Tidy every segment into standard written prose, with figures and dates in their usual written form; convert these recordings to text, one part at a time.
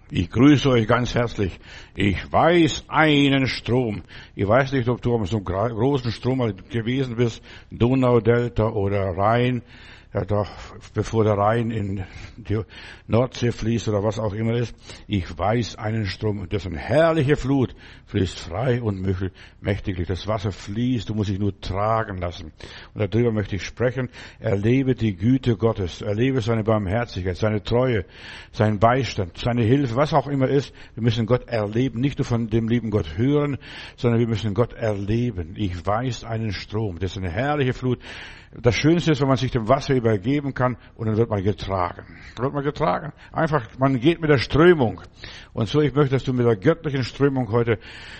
Ich grüße euch ganz herzlich. Ich weiß einen Strom. Ich weiß nicht, ob du auf so einem großen Strom mal gewesen bist, Donaudelta oder Rhein, ja doch, bevor der Rhein in die Nordsee fließt oder was auch immer ist. Ich weiß einen Strom. Das ist eine herrliche Flut, fließt frei und mächtiglich. Das Wasser fließt, du musst dich nur tragen lassen. Und darüber möchte ich sprechen. Erlebe die Güte Gottes, erlebe seine Barmherzigkeit, seine Treue, seinen Beistand, seine Hilfe, was auch immer ist. Wir müssen Gott erleben, nicht nur von dem lieben Gott hören, sondern wir müssen Gott erleben. Ich weiß einen Strom. Das ist eine herrliche Flut. Das Schönste ist, wenn man sich dem Wasser übergeben kann und dann wird man getragen. Einfach, man geht mit der Strömung. Und so, ich möchte, dass du mit der göttlichen Strömung heute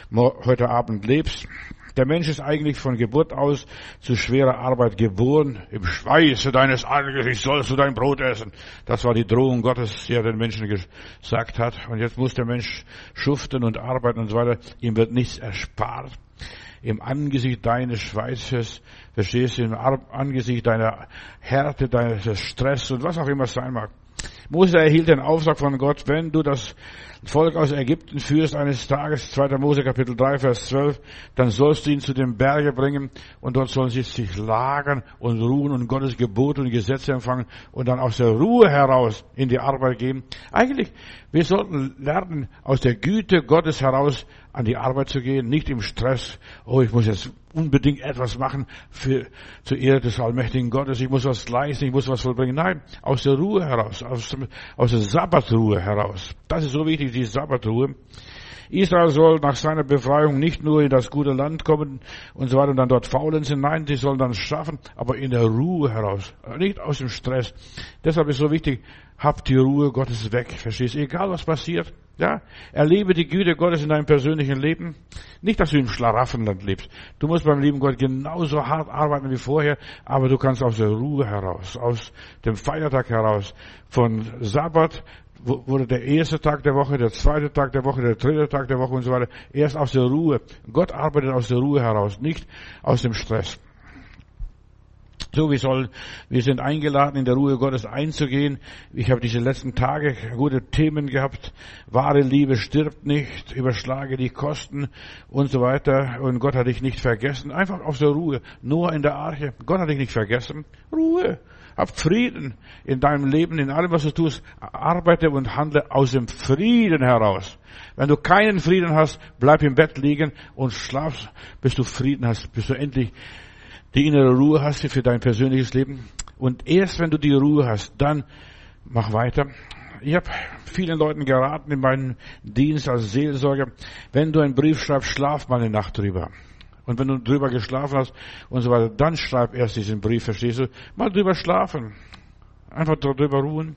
Abend lebst. Der Mensch ist eigentlich von Geburt aus zu schwerer Arbeit geboren. Im Schweiße deines Angesichts sollst du dein Brot essen. Das war die Drohung Gottes, die er den Menschen gesagt hat. Und jetzt muss der Mensch schuften und arbeiten und so weiter. Ihm wird nichts erspart. Im Angesicht deines Schweißes, verstehst du, im Angesicht deiner Härte, deines Stress und was auch immer es sein mag. Mose erhielt den Auftrag von Gott, wenn du das Volk aus Ägypten führst eines Tages, 2. Mose Kapitel 3, Vers 12, dann sollst du ihn zu dem Berge bringen und dort sollen sie sich lagern und ruhen und Gottes Gebote und Gesetze empfangen und dann aus der Ruhe heraus in die Arbeit gehen. Eigentlich, wir sollten lernen, aus der Güte Gottes heraus an die Arbeit zu gehen, nicht im Stress, oh, ich muss jetzt unbedingt etwas machen zur Ehre des allmächtigen Gottes, ich muss was leisten, ich muss was vollbringen. Nein, aus der Ruhe heraus, aus der Sabbatruhe heraus. Das ist so wichtig, die Sabbatruhe. Israel soll nach seiner Befreiung nicht nur in das gute Land kommen und so weiter und dann dort faulenzen. Nein, die sollen dann schaffen, aber in der Ruhe heraus, nicht aus dem Stress. Deshalb ist so wichtig, hab die Ruhe Gottes weg, verstehst du? Egal was passiert, ja, erlebe die Güte Gottes in deinem persönlichen Leben. Nicht, dass du im Schlaraffenland lebst. Du musst beim lieben Gott genauso hart arbeiten wie vorher, aber du kannst aus der Ruhe heraus, aus dem Feiertag heraus, von Sabbat, wurde der erste Tag der Woche, der zweite Tag der Woche, der dritte Tag der Woche und so weiter. Erst aus der Ruhe. Gott arbeitet aus der Ruhe heraus, nicht aus dem Stress. So, wir sind eingeladen, in der Ruhe Gottes einzugehen. Ich habe diese letzten Tage gute Themen gehabt. Wahre Liebe stirbt nicht, überschlage die Kosten und so weiter. Und Gott hat dich nicht vergessen. Einfach aus der Ruhe. Noah in der Arche. Gott hat dich nicht vergessen. Ruhe. Hab Frieden in deinem Leben, in allem, was du tust. Arbeite und handle aus dem Frieden heraus. Wenn du keinen Frieden hast, bleib im Bett liegen und schlaf, bis du Frieden hast, bis du endlich die innere Ruhe hast für dein persönliches Leben. Und erst wenn du die Ruhe hast, dann mach weiter. Ich habe vielen Leuten geraten in meinem Dienst als Seelsorger, wenn du einen Brief schreibst, schlaf mal eine Nacht drüber. Und wenn du drüber geschlafen hast und so weiter, dann schreib erst diesen Brief, verstehst du? Mal drüber schlafen. Einfach drüber ruhen.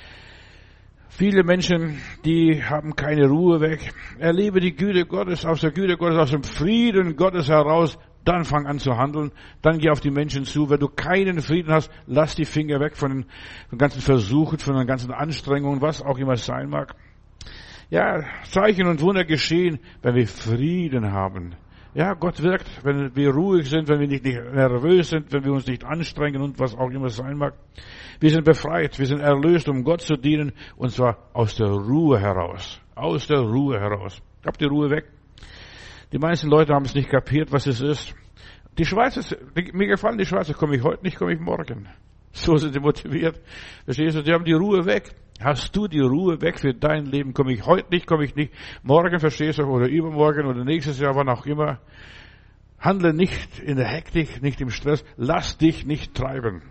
Viele Menschen, die haben keine Ruhe weg. Erlebe die Güte Gottes, aus der Güte Gottes, aus dem Frieden Gottes heraus. Dann fang an zu handeln. Dann geh auf die Menschen zu. Wenn du keinen Frieden hast, lass die Finger weg von den ganzen Versuchen, von den ganzen Anstrengungen, was auch immer es sein mag. Ja, Zeichen und Wunder geschehen, wenn wir Frieden haben. Ja, Gott wirkt, wenn wir ruhig sind, wenn wir nicht nervös sind, wenn wir uns nicht anstrengen und was auch immer es sein mag. Wir sind befreit, wir sind erlöst, um Gott zu dienen, und zwar aus der Ruhe heraus. Aus der Ruhe heraus. Hab die Ruhe weg. Die meisten Leute haben es nicht kapiert, was es ist. Die Schweizer, mir gefallen die Schweizer, komme ich heute nicht, komme ich morgen. So sind sie motiviert. Verstehst du, die haben die Ruhe weg. Hast du die Ruhe weg für dein Leben? Komme ich heute nicht, komme ich nicht morgen, verstehst du, oder übermorgen oder nächstes Jahr, wann auch immer. Handle nicht in der Hektik, nicht im Stress. Lass dich nicht treiben.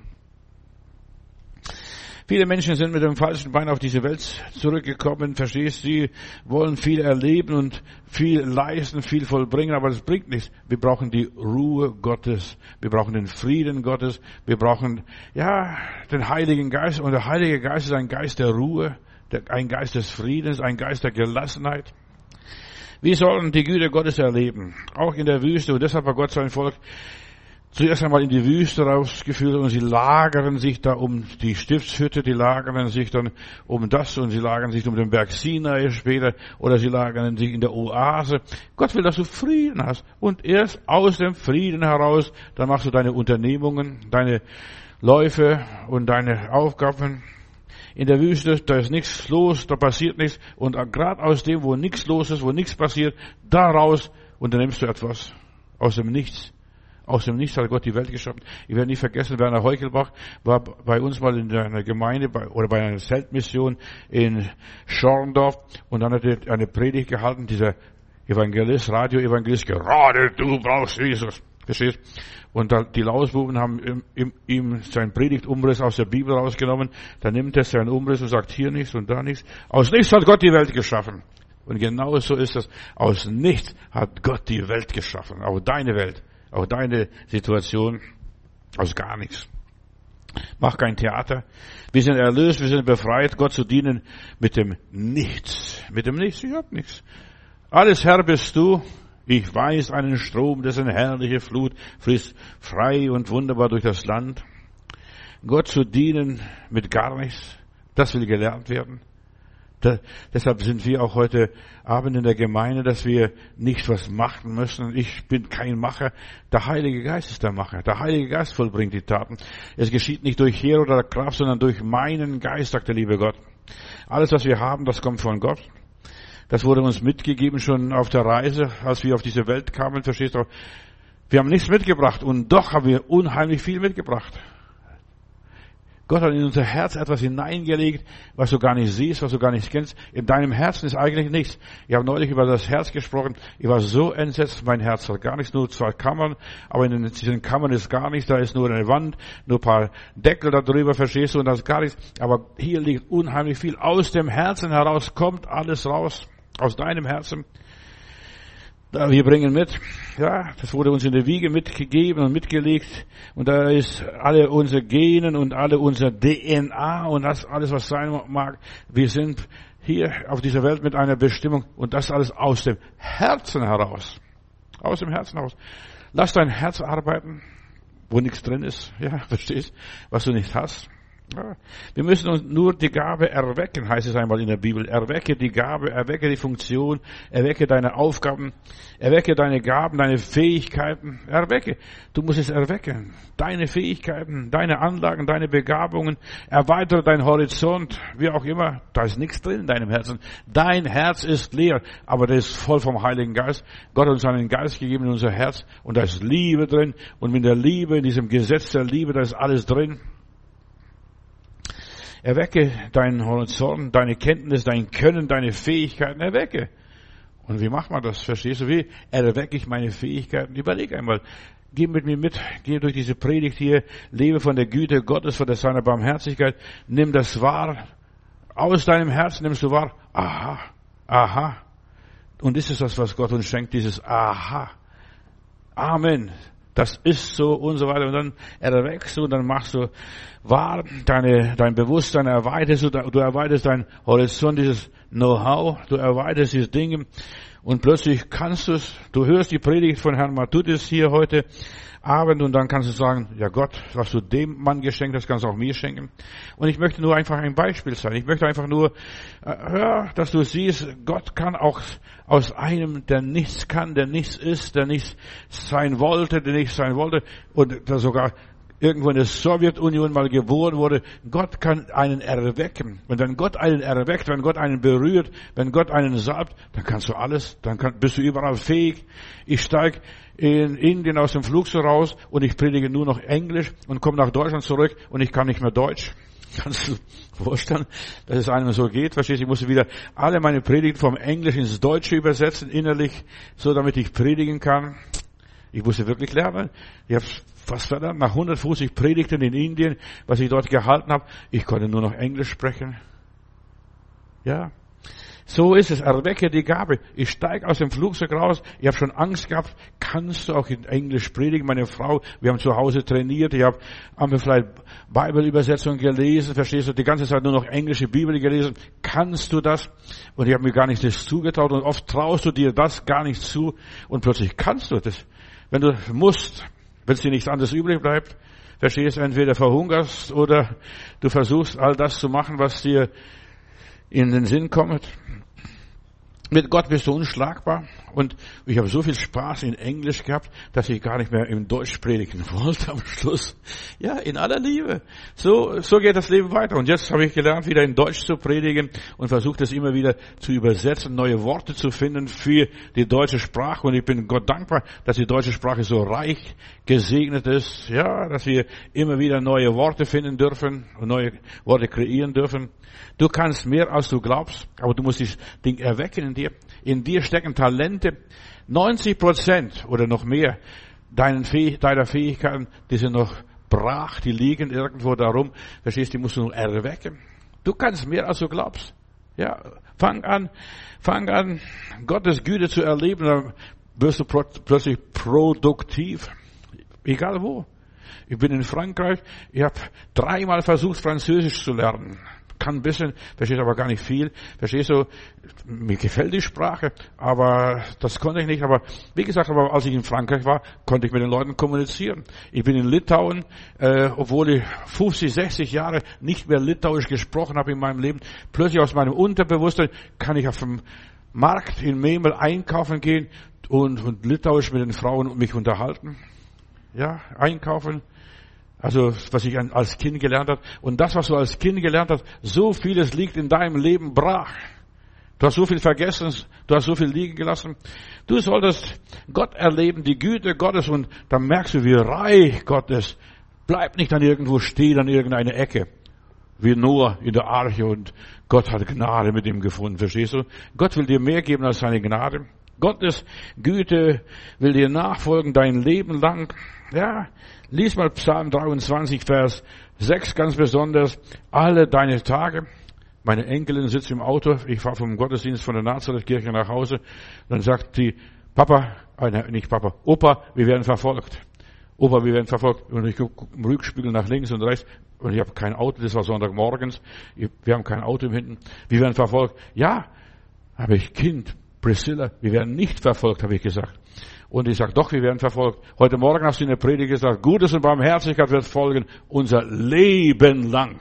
Viele Menschen sind mit dem falschen Bein auf diese Welt zurückgekommen, verstehst du? Sie wollen viel erleben und viel leisten, viel vollbringen, aber das bringt nichts. Wir brauchen die Ruhe Gottes. Wir brauchen den Frieden Gottes. Wir brauchen, den Heiligen Geist. Und der Heilige Geist ist ein Geist der Ruhe, ein Geist des Friedens, ein Geist der Gelassenheit. Wir sollen die Güte Gottes erleben, auch in der Wüste. Und deshalb hat Gott sein Volk zuerst einmal in die Wüste rausgeführt und sie lagern sich da um die Stiftshütte, die lagern sich dann um das und sie lagern sich um den Berg Sinai später oder sie lagern sich in der Oase. Gott will, dass du Frieden hast und erst aus dem Frieden heraus, dann machst du deine Unternehmungen, deine Läufe und deine Aufgaben. in der Wüste, da ist nichts los, da passiert nichts. Und gerade aus dem, wo nichts los ist, wo nichts passiert, daraus unternimmst du etwas. Aus dem Nichts. Aus dem Nichts hat Gott die Welt geschaffen. Ich werde nie vergessen, Werner Heuchelbach war bei uns mal in einer Gemeinde oder bei einer Zeltmission in Schorndorf und dann hat er eine Predigt gehalten, dieser Evangelist, Radioevangelist, gerade du brauchst Jesus. Verstehst? Und die Lausbuben haben ihm seinen Predigtumriss aus der Bibel rausgenommen. Dann nimmt er seinen Umriss und sagt hier nichts und da nichts. Aus nichts hat Gott die Welt geschaffen. Und genau so ist es. Aus nichts hat Gott die Welt geschaffen. Auch deine Welt. Auch deine Situation. Aus gar nichts. Mach kein Theater. Wir sind erlöst, wir sind befreit, Gott zu dienen mit dem Nichts. Mit dem Nichts, ich hab nichts. Alles Herr bist du. Ich weiß einen Strom, dessen herrliche Flut fließt frei und wunderbar durch das Land. Gott zu dienen mit gar nichts, das will gelernt werden. Deshalb sind wir auch heute Abend in der Gemeinde, dass wir nicht was machen müssen. Ich bin kein Macher. Der Heilige Geist ist der Macher. Der Heilige Geist vollbringt die Taten. Es geschieht nicht durch Heer oder Kraft, sondern durch meinen Geist, sagt der liebe Gott. Alles, was wir haben, das kommt von Gott. Das wurde uns mitgegeben schon auf der Reise, als wir auf diese Welt kamen, verstehst du? Wir haben nichts mitgebracht und doch haben wir unheimlich viel mitgebracht. Gott hat in unser Herz etwas hineingelegt, was du gar nicht siehst, was du gar nicht kennst. In deinem Herzen ist eigentlich nichts. Ich habe neulich über das Herz gesprochen. Ich war so entsetzt, mein Herz hat gar nichts, nur 2 Kammern, aber in diesen Kammern ist gar nichts, da ist nur eine Wand, nur ein paar Deckel darüber, verstehst du, und das ist gar nichts. Aber hier liegt unheimlich viel. Aus dem Herzen heraus kommt alles raus. Aus deinem Herzen. Wir bringen mit, ja, das wurde uns in der Wiege mitgegeben und mitgelegt. Und da ist alle unsere Genen und alle unsere DNA und das alles, was sein mag. Wir sind hier auf dieser Welt mit einer Bestimmung und das alles aus dem Herzen heraus. Aus dem Herzen heraus. Lass dein Herz arbeiten, wo nichts drin ist, ja, verstehst, was du nicht hast. Ja. Wir müssen uns nur die Gabe erwecken, heißt es einmal in der Bibel. Erwecke die Gabe, erwecke die Funktion, erwecke deine Aufgaben, erwecke deine Gaben, deine Fähigkeiten, erwecke. Du musst es erwecken. Deine Fähigkeiten, deine Anlagen, deine Begabungen, erweitere deinen Horizont, wie auch immer. Da ist nichts drin in deinem Herzen. Dein Herz ist leer, aber das ist voll vom Heiligen Geist. Gott hat uns einen Geist gegeben in unser Herz und da ist Liebe drin und mit der Liebe, in diesem Gesetz der Liebe, da ist alles drin. Erwecke deinen Horizont, deine Kenntnis, dein Können, deine Fähigkeiten, erwecke. Und wie macht man das? Verstehst du, wie erwecke ich meine Fähigkeiten? Überleg einmal. Geh mit mir mit, geh durch diese Predigt hier, lebe von der Güte Gottes, von seiner Barmherzigkeit, nimm das wahr. Aus deinem Herzen nimmst du wahr. Aha, aha. Und ist es das, was Gott uns schenkt, dieses Aha. Amen. Das ist so und so weiter. Und dann erweckst du, dann machst du wahr dein Bewusstsein, erweiterst du erweiterst dein Horizont, dieses Know-how, du erweiterst diese Dinge und plötzlich kannst du es, du hörst die Predigt von Herrn Matthäus hier heute Abend und dann kannst du sagen, ja Gott, was du dem Mann geschenkt hast, kannst du auch mir schenken. Und ich möchte nur einfach ein Beispiel sein. Ich möchte einfach nur, dass du siehst, Gott kann auch aus einem, der nichts kann, der nichts ist, der nichts sein wollte, der nichts sein wollte und der sogar irgendwo in der Sowjetunion mal geboren wurde. Gott kann einen erwecken. Und wenn Gott einen erweckt, wenn Gott einen berührt, wenn Gott einen salbt, dann kannst du alles, bist du überall fähig. Ich steige in Indien aus dem Flugzeug raus und ich predige nur noch Englisch und komme nach Deutschland zurück und ich kann nicht mehr Deutsch. Kannst du vorstellen, dass es einem so geht? Verstehst du? Ich musste wieder alle meine Predigten vom Englisch ins Deutsche übersetzen, innerlich, so damit ich predigen kann. Ich musste wirklich lernen. Ich habe fast verdammt nach 150 Predigten in Indien, was ich dort gehalten habe. Ich konnte nur noch Englisch sprechen. Ja, so ist es. Erwecke die Gabe. Ich steige aus dem Flugzeug raus. Ich habe schon Angst gehabt. Kannst du auch in Englisch predigen? Meine Frau, wir haben zu Hause trainiert. Ich habe vielleicht Bibelübersetzungen gelesen. Verstehst du? Die ganze Zeit nur noch englische Bibel gelesen. Kannst du das? Und ich habe mir gar nicht das zugetraut. Und oft traust du dir das gar nicht zu. Und plötzlich kannst du das. Wenn du musst, wenn es dir nichts anderes übrig bleibt, verstehst du, entweder verhungerst oder du versuchst, all das zu machen, was dir in den Sinn kommt. Mit Gott bist du unschlagbar. Und ich habe so viel Spaß in Englisch gehabt, dass ich gar nicht mehr im Deutsch predigen wollte am Schluss. Ja, in aller Liebe. So geht das Leben weiter. Und jetzt habe ich gelernt, wieder in Deutsch zu predigen und versuche das immer wieder zu übersetzen, neue Worte zu finden für die deutsche Sprache. Und ich bin Gott dankbar, dass die deutsche Sprache so reich gesegnet ist. Ja, dass wir immer wieder neue Worte finden dürfen und neue Worte kreieren dürfen. Du kannst mehr, als du glaubst, aber du musst das Ding erwecken in dir. In dir stecken Talente. 90% oder noch mehr deiner Fähigkeiten, die sind noch brach, die liegen irgendwo darum. Verstehst du, die musst du noch erwecken. Du kannst mehr, als du glaubst. Ja, fang an, Gottes Güte zu erleben, dann wirst du plötzlich produktiv. Egal wo. Ich bin in Frankreich, ich habe 3-mal versucht, Französisch zu lernen. Kann ein bisschen, verstehst aber gar nicht viel. Verstehst du, mir gefällt die Sprache, aber das konnte ich nicht. Aber wie gesagt, als ich in Frankreich war, konnte ich mit den Leuten kommunizieren. Ich bin in Litauen, obwohl ich 50, 60 Jahre nicht mehr Litauisch gesprochen habe in meinem Leben. Plötzlich aus meinem Unterbewusstsein kann ich auf dem Markt in Memel einkaufen gehen und Litauisch mit den Frauen mich unterhalten. Ja, einkaufen. Also, was ich als Kind gelernt habe. Und das, was du als Kind gelernt hast, so vieles liegt in deinem Leben brach. Du hast so viel vergessen, du hast so viel liegen gelassen. Du solltest Gott erleben, die Güte Gottes, und dann merkst du, wie reich Gott ist. Bleib nicht dann irgendwo stehen, an irgendeiner Ecke. Wie Noah in der Arche, und Gott hat Gnade mit ihm gefunden, verstehst du? Gott will dir mehr geben als seine Gnade. Gottes Güte will dir nachfolgen dein Leben lang. Ja, lies mal Psalm 23, Vers 6 ganz besonders. Alle deine Tage. Meine Enkelin sitzt im Auto. Ich fahre vom Gottesdienst von der Nazareth-Kirche nach Hause. Dann sagt sie, Opa, wir werden verfolgt. Opa, wir werden verfolgt. Und ich gucke im Rückspiegel nach links und rechts. Und ich habe kein Auto. Das war Sonntagmorgens. Wir haben kein Auto im Hinten. Wir werden verfolgt. Ja, habe ich, Kind, Priscilla, wir werden nicht verfolgt, habe ich gesagt. Und ich sage, doch, wir werden verfolgt. Heute Morgen hast du in der Predigt gesagt, Gutes und Barmherzigkeit wird folgen unser Leben lang.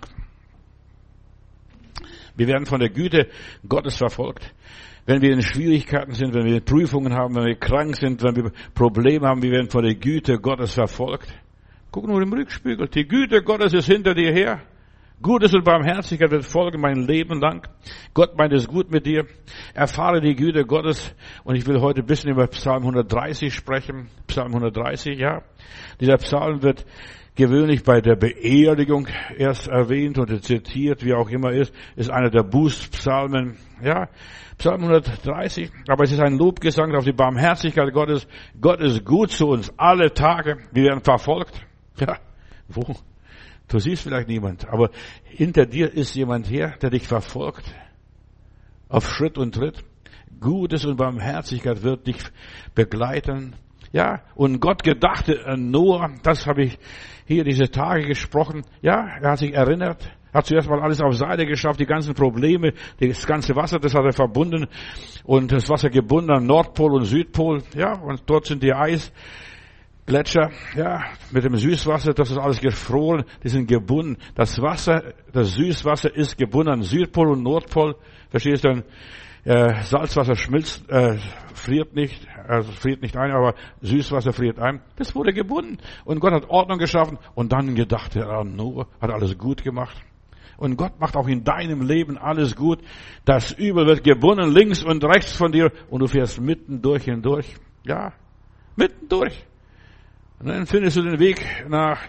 Wir werden von der Güte Gottes verfolgt. Wenn wir in Schwierigkeiten sind, wenn wir Prüfungen haben, wenn wir krank sind, wenn wir Probleme haben, wir werden von der Güte Gottes verfolgt. Guck nur im Rückspiegel. Die Güte Gottes ist hinter dir her. Gutes und Barmherzigkeit wird folgen mein Leben lang. Gott meint es gut mit dir. Erfahre die Güte Gottes. Und ich will heute ein bisschen über Psalm 130 sprechen. Psalm 130, ja. Dieser Psalm wird gewöhnlich bei der Beerdigung erst erwähnt und zitiert, wie auch immer ist einer der Bußpsalmen. Ja, Psalm 130. Aber es ist ein Lobgesang auf die Barmherzigkeit Gottes. Gott ist gut zu uns alle Tage. Wir werden verfolgt. Ja, wo? Du siehst vielleicht niemand, aber hinter dir ist jemand her, der dich verfolgt. Auf Schritt und Tritt. Gutes und Barmherzigkeit wird dich begleiten. Ja, und Gott gedachte an Noah, das habe ich hier diese Tage gesprochen. Ja, er hat sich erinnert, hat zuerst mal alles auf Seite geschafft, die ganzen Probleme, das ganze Wasser, das hat er verbunden und das Wasser gebunden an Nordpol und Südpol. Ja, und dort sind die Gletscher, ja, mit dem Süßwasser, das ist alles gefroren, die sind gebunden. Das Wasser, das Süßwasser ist gebunden an Südpol und Nordpol. Verstehst du? Salzwasser schmilzt, friert nicht ein, aber Süßwasser friert ein. Das wurde gebunden. Und Gott hat Ordnung geschaffen und dann gedacht er an Noah, hat alles gut gemacht. Und Gott macht auch in deinem Leben alles gut. Das Übel wird gebunden, links und rechts von dir, und du fährst mittendurch hindurch. Ja, mittendurch. Und dann findest du den Weg nach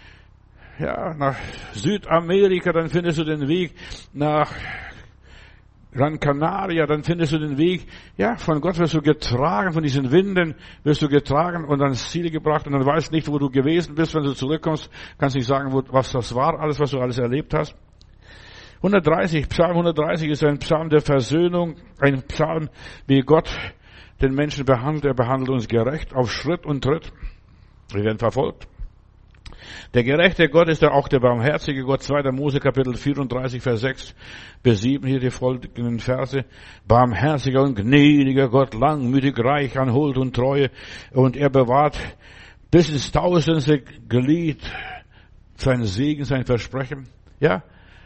Südamerika, dann findest du den Weg nach Gran Canaria, dann findest du den Weg, ja, von Gott wirst du getragen, von diesen Winden wirst du getragen und ans Ziel gebracht, und dann weißt nicht, wo du gewesen bist, wenn du zurückkommst, kannst nicht sagen, was das war, alles, was du alles erlebt hast. Psalm 130 ist ein Psalm der Versöhnung, ein Psalm, wie Gott den Menschen behandelt. Er behandelt uns gerecht auf Schritt und Tritt. Wir werden verfolgt. Der gerechte Gott ist auch der barmherzige Gott. 2. Mose Kapitel 34, Vers 6 bis 7, hier die folgenden Verse. Barmherziger und gnädiger Gott, langmütig, reich an Huld und Treue, und er bewahrt bis ins tausendste Glied sein Segen, sein Versprechen. Ja,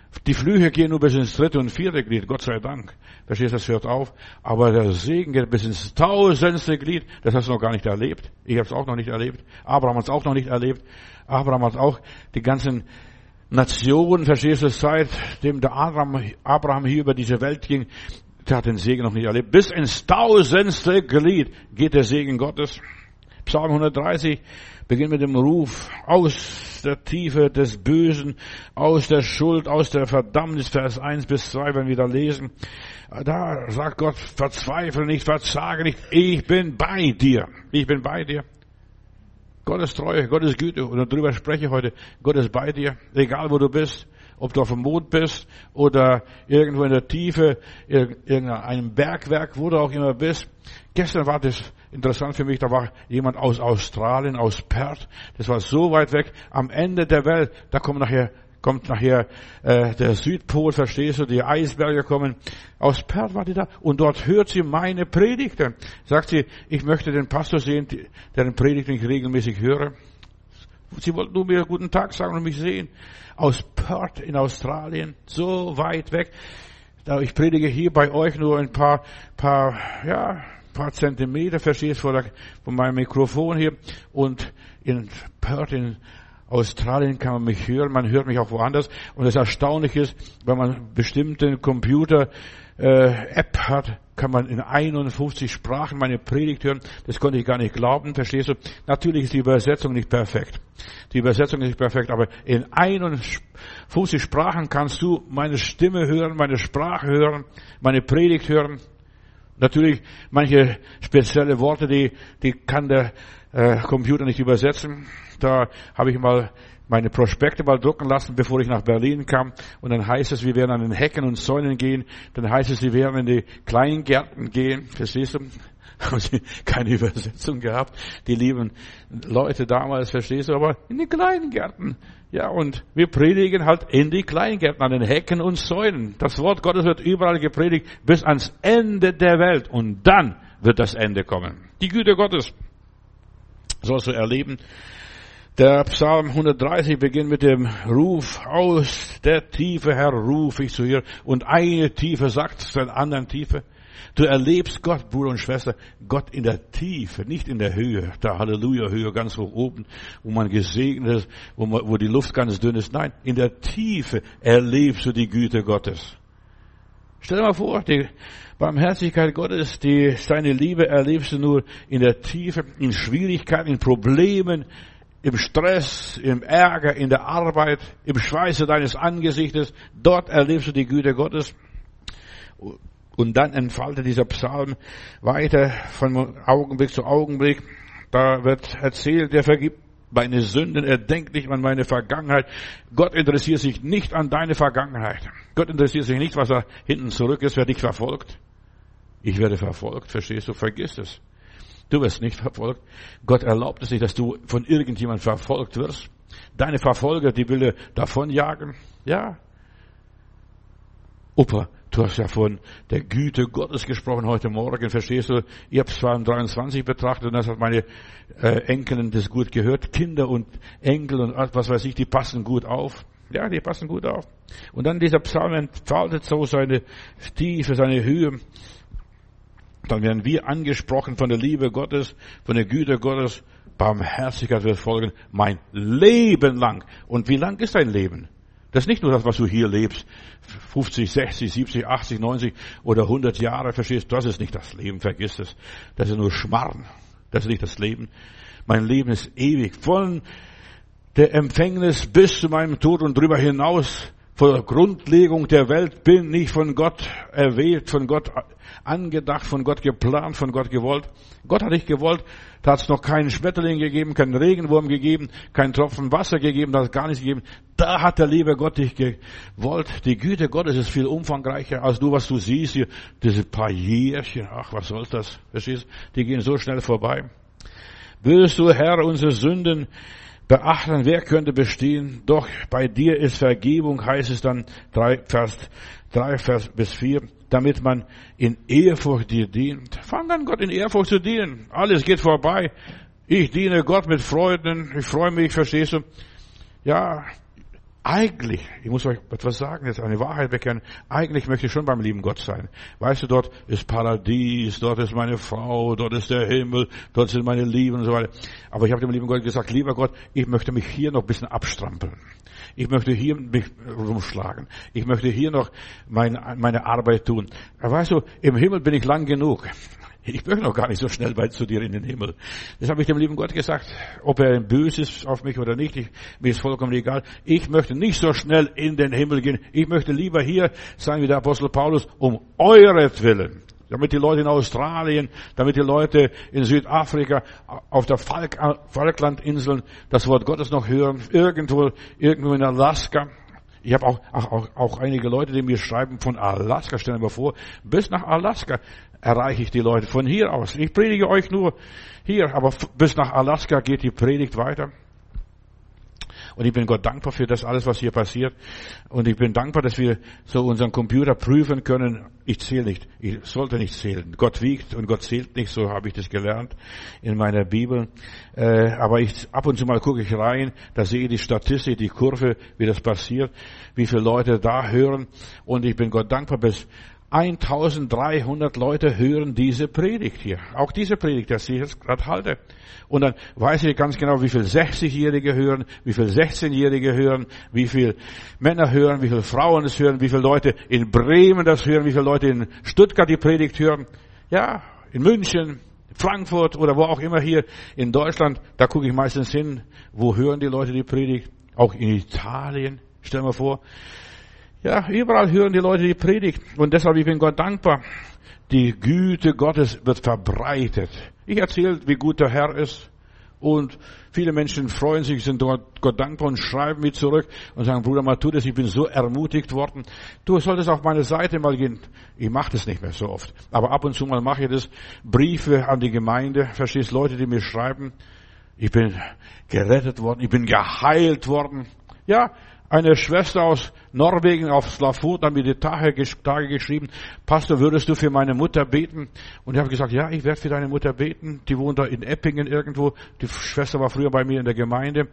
Die Flüche gehen nur bis ins 3. und 4. Glied, Gott sei Dank. Verstehst du, das hört auf. Aber der Segen geht bis ins 1000. Glied. Das hast du noch gar nicht erlebt. Ich habe es auch noch nicht erlebt. Abraham hat es auch noch nicht erlebt. Abraham hat auch die ganzen Nationen, verstehst du, seitdem der Abraham hier über diese Welt ging, der hat den Segen noch nicht erlebt. Bis ins 1000. Glied geht der Segen Gottes. Psalm 130 beginnt mit dem Ruf aus der Tiefe des Bösen, aus der Schuld, aus der Verdammnis, Vers 1 bis 2, wenn wir da lesen. Da sagt Gott, verzweifle nicht, verzage nicht, ich bin bei dir. Ich bin bei dir. Gottes Treue, Gottes Güte, und darüber spreche ich heute. Gott ist bei dir, egal wo du bist. Ob du auf dem Mond bist oder irgendwo in der Tiefe, irgendeinem Bergwerk, wo du auch immer bist. Gestern war das interessant für mich, da war jemand aus Australien, aus Perth. Das war so weit weg, am Ende der Welt. Da kommt nachher der Südpol, verstehst du, die Eisberge kommen. Aus Perth war die da und dort hört sie meine Predigten. Sagt sie, ich möchte den Pastor sehen, deren Predigten ich regelmäßig höre. Sie wollten nur mir guten Tag sagen und mich sehen. Aus Perth in Australien, so weit weg. Ich predige hier bei euch nur ein paar Zentimeter, verstehst du, von meinem Mikrofon hier. Und in Perth in Australien kann man mich hören, man hört mich auch woanders. Und das Erstaunliche ist, wenn man bestimmte Computer-App hat, kann man in 51 Sprachen meine Predigt hören. Das konnte ich gar nicht glauben, verstehst du? Natürlich ist die Übersetzung nicht perfekt. Die Übersetzung ist nicht perfekt, aber in 51 Sprachen kannst du meine Stimme hören, meine Sprache hören, meine Predigt hören. Natürlich manche spezielle Worte, die kann der Computer nicht übersetzen. Da habe ich mal meine Prospekte drucken lassen, bevor ich nach Berlin kam. Und dann heißt es, wir werden an den Hecken und Zäunen gehen. Dann heißt es, wir werden in die Kleingärten gehen. Verstehst du? Haben sie keine Übersetzung gehabt. Die lieben Leute damals, verstehst du? Aber in die Kleingärten. Ja, und wir predigen halt in die Kleingärten, an den Hecken und Zäunen. Das Wort Gottes wird überall gepredigt bis ans Ende der Welt. Und dann wird das Ende kommen. Die Güte Gottes sollst du erleben. Der Psalm 130 beginnt mit dem Ruf, aus der Tiefe her rufe ich zu dir. Und eine Tiefe sagt zu der anderen Tiefe. Du erlebst Gott, Bruder und Schwester, Gott in der Tiefe, nicht in der Höhe, der Halleluja-Höhe ganz hoch oben, wo man gesegnet ist, wo die Luft ganz dünn ist. Nein, in der Tiefe erlebst du die Güte Gottes. Stell dir mal vor, die Barmherzigkeit Gottes, seine Liebe erlebst du nur in der Tiefe, in Schwierigkeiten, in Problemen, im Stress, im Ärger, in der Arbeit, im Schweiße deines Angesichtes. Dort erlebst du die Güte Gottes. Und dann entfaltet dieser Psalm weiter von Augenblick zu Augenblick. Da wird erzählt, der vergibt meine Sünden, er denkt nicht an meine Vergangenheit. Gott interessiert sich nicht an deine Vergangenheit. Gott interessiert sich nicht, was da hinten zurück ist, wer dich verfolgt. Ich werde verfolgt, verstehst du? Vergiss es. Du wirst nicht verfolgt. Gott erlaubt es nicht, dass du von irgendjemandem verfolgt wirst. Deine Verfolger, die will dir davonjagen. Ja. Opa, du hast ja von der Güte Gottes gesprochen heute Morgen, verstehst du? Ich habe Psalm 23 betrachtet und das hat meine Enkelin das gut gehört. Kinder und Enkel und was weiß ich, die passen gut auf. Ja, die passen gut auf. Und dann dieser Psalm entfaltet so seine Tiefe, seine Höhe. Dann werden wir angesprochen von der Liebe Gottes, von der Güte Gottes. Barmherzigkeit wird folgen, mein Leben lang. Und wie lang ist dein Leben? Das ist nicht nur das, was du hier lebst, 50, 60, 70, 80, 90 oder 100 Jahre, verstehst du? Das ist nicht das Leben, vergiss es. Das ist nur Schmarrn. Das ist nicht das Leben. Mein Leben ist ewig. Von der Empfängnis bis zu meinem Tod und darüber hinaus, vor der Grundlegung der Welt bin ich von Gott erwählt, von Gott angedacht, von Gott geplant, von Gott gewollt. Gott hat dich gewollt, da hat es noch keinen Schmetterling gegeben, keinen Regenwurm gegeben, keinen Tropfen Wasser gegeben, da hat es gar nichts gegeben. Da hat der liebe Gott dich gewollt. Die Güte Gottes ist viel umfangreicher als du, was du siehst hier. Diese paar Jährchen, ach, was soll das? Verstehst du? Die gehen so schnell vorbei. Willst du, Herr, unsere Sünden beachten, wer könnte bestehen? Doch bei dir ist Vergebung, heißt es dann 3 Vers bis 4, damit man in Ehrfurcht dir dient. Fang an, Gott in Ehrfurcht zu dienen. Alles geht vorbei. Ich diene Gott mit Freuden. Ich freue mich, verstehst du? Ja, Eigentlich, ich muss euch etwas sagen, jetzt eine Wahrheit bekennen, eigentlich möchte ich schon beim lieben Gott sein. Weißt du, dort ist Paradies, dort ist meine Frau, dort ist der Himmel, dort sind meine Lieben und so weiter. Aber ich habe dem lieben Gott gesagt, lieber Gott, ich möchte mich hier noch ein bisschen abstrampeln. Ich möchte hier mich rumschlagen. Ich möchte hier noch meine Arbeit tun. Weißt du, im Himmel bin ich lang genug. Ich möchte noch gar nicht so schnell weit zu dir in den Himmel. Das habe ich dem lieben Gott gesagt. Ob er böse ist auf mich oder nicht, mir ist vollkommen egal. Ich möchte nicht so schnell in den Himmel gehen. Ich möchte lieber hier sein wie der Apostel Paulus, um euretwillen. Damit die Leute in Australien, damit die Leute in Südafrika, auf der Falklandinseln das Wort Gottes noch hören. Irgendwo in Alaska. Ich habe auch einige Leute, die mir schreiben von Alaska, stellen wir vor, bis nach Alaska erreiche ich die Leute von hier aus. Ich predige euch nur hier, aber bis nach Alaska geht die Predigt weiter. Und ich bin Gott dankbar für das alles, was hier passiert. Und ich bin dankbar, dass wir so unseren Computer prüfen können. Ich zähle nicht. Ich sollte nicht zählen. Gott wiegt und Gott zählt nicht. So habe ich das gelernt in meiner Bibel. Aber ab und zu mal gucke ich rein. Da sehe ich die Statistik, die Kurve, wie das passiert. Wie viele Leute da hören. Und ich bin Gott dankbar, bis 1300 Leute hören diese Predigt hier. Auch diese Predigt, die ich jetzt gerade halte. Und dann weiß ich ganz genau, wie viele 60-Jährige hören, wie viele 16-Jährige hören, wie viele Männer hören, wie viele Frauen es hören, wie viele Leute in Bremen das hören, wie viele Leute in Stuttgart die Predigt hören. Ja, in München, Frankfurt oder wo auch immer hier in Deutschland. Da gucke ich meistens hin, wo hören die Leute die Predigt. Auch in Italien, stell dir mal vor. Ja, überall hören die Leute die Predigt. Und deshalb, ich bin Gott dankbar. Die Güte Gottes wird verbreitet. Ich erzähle, wie gut der Herr ist. Und viele Menschen freuen sich, sind Gott dankbar und schreiben mir zurück und sagen, Bruder Matthäus, ich bin so ermutigt worden. Du solltest auf meine Seite mal gehen. Ich mache das nicht mehr so oft. Aber ab und zu mal mache ich das. Briefe an die Gemeinde. Verstehst, Leute, die mir schreiben, ich bin gerettet worden, ich bin geheilt worden. Ja, eine Schwester aus Norwegen auf Slafut hat mir die Tage geschrieben, Pastor, würdest du für meine Mutter beten? Und ich habe gesagt, ja, ich werde für deine Mutter beten. Die wohnt da in Eppingen irgendwo. Die Schwester war früher bei mir in der Gemeinde,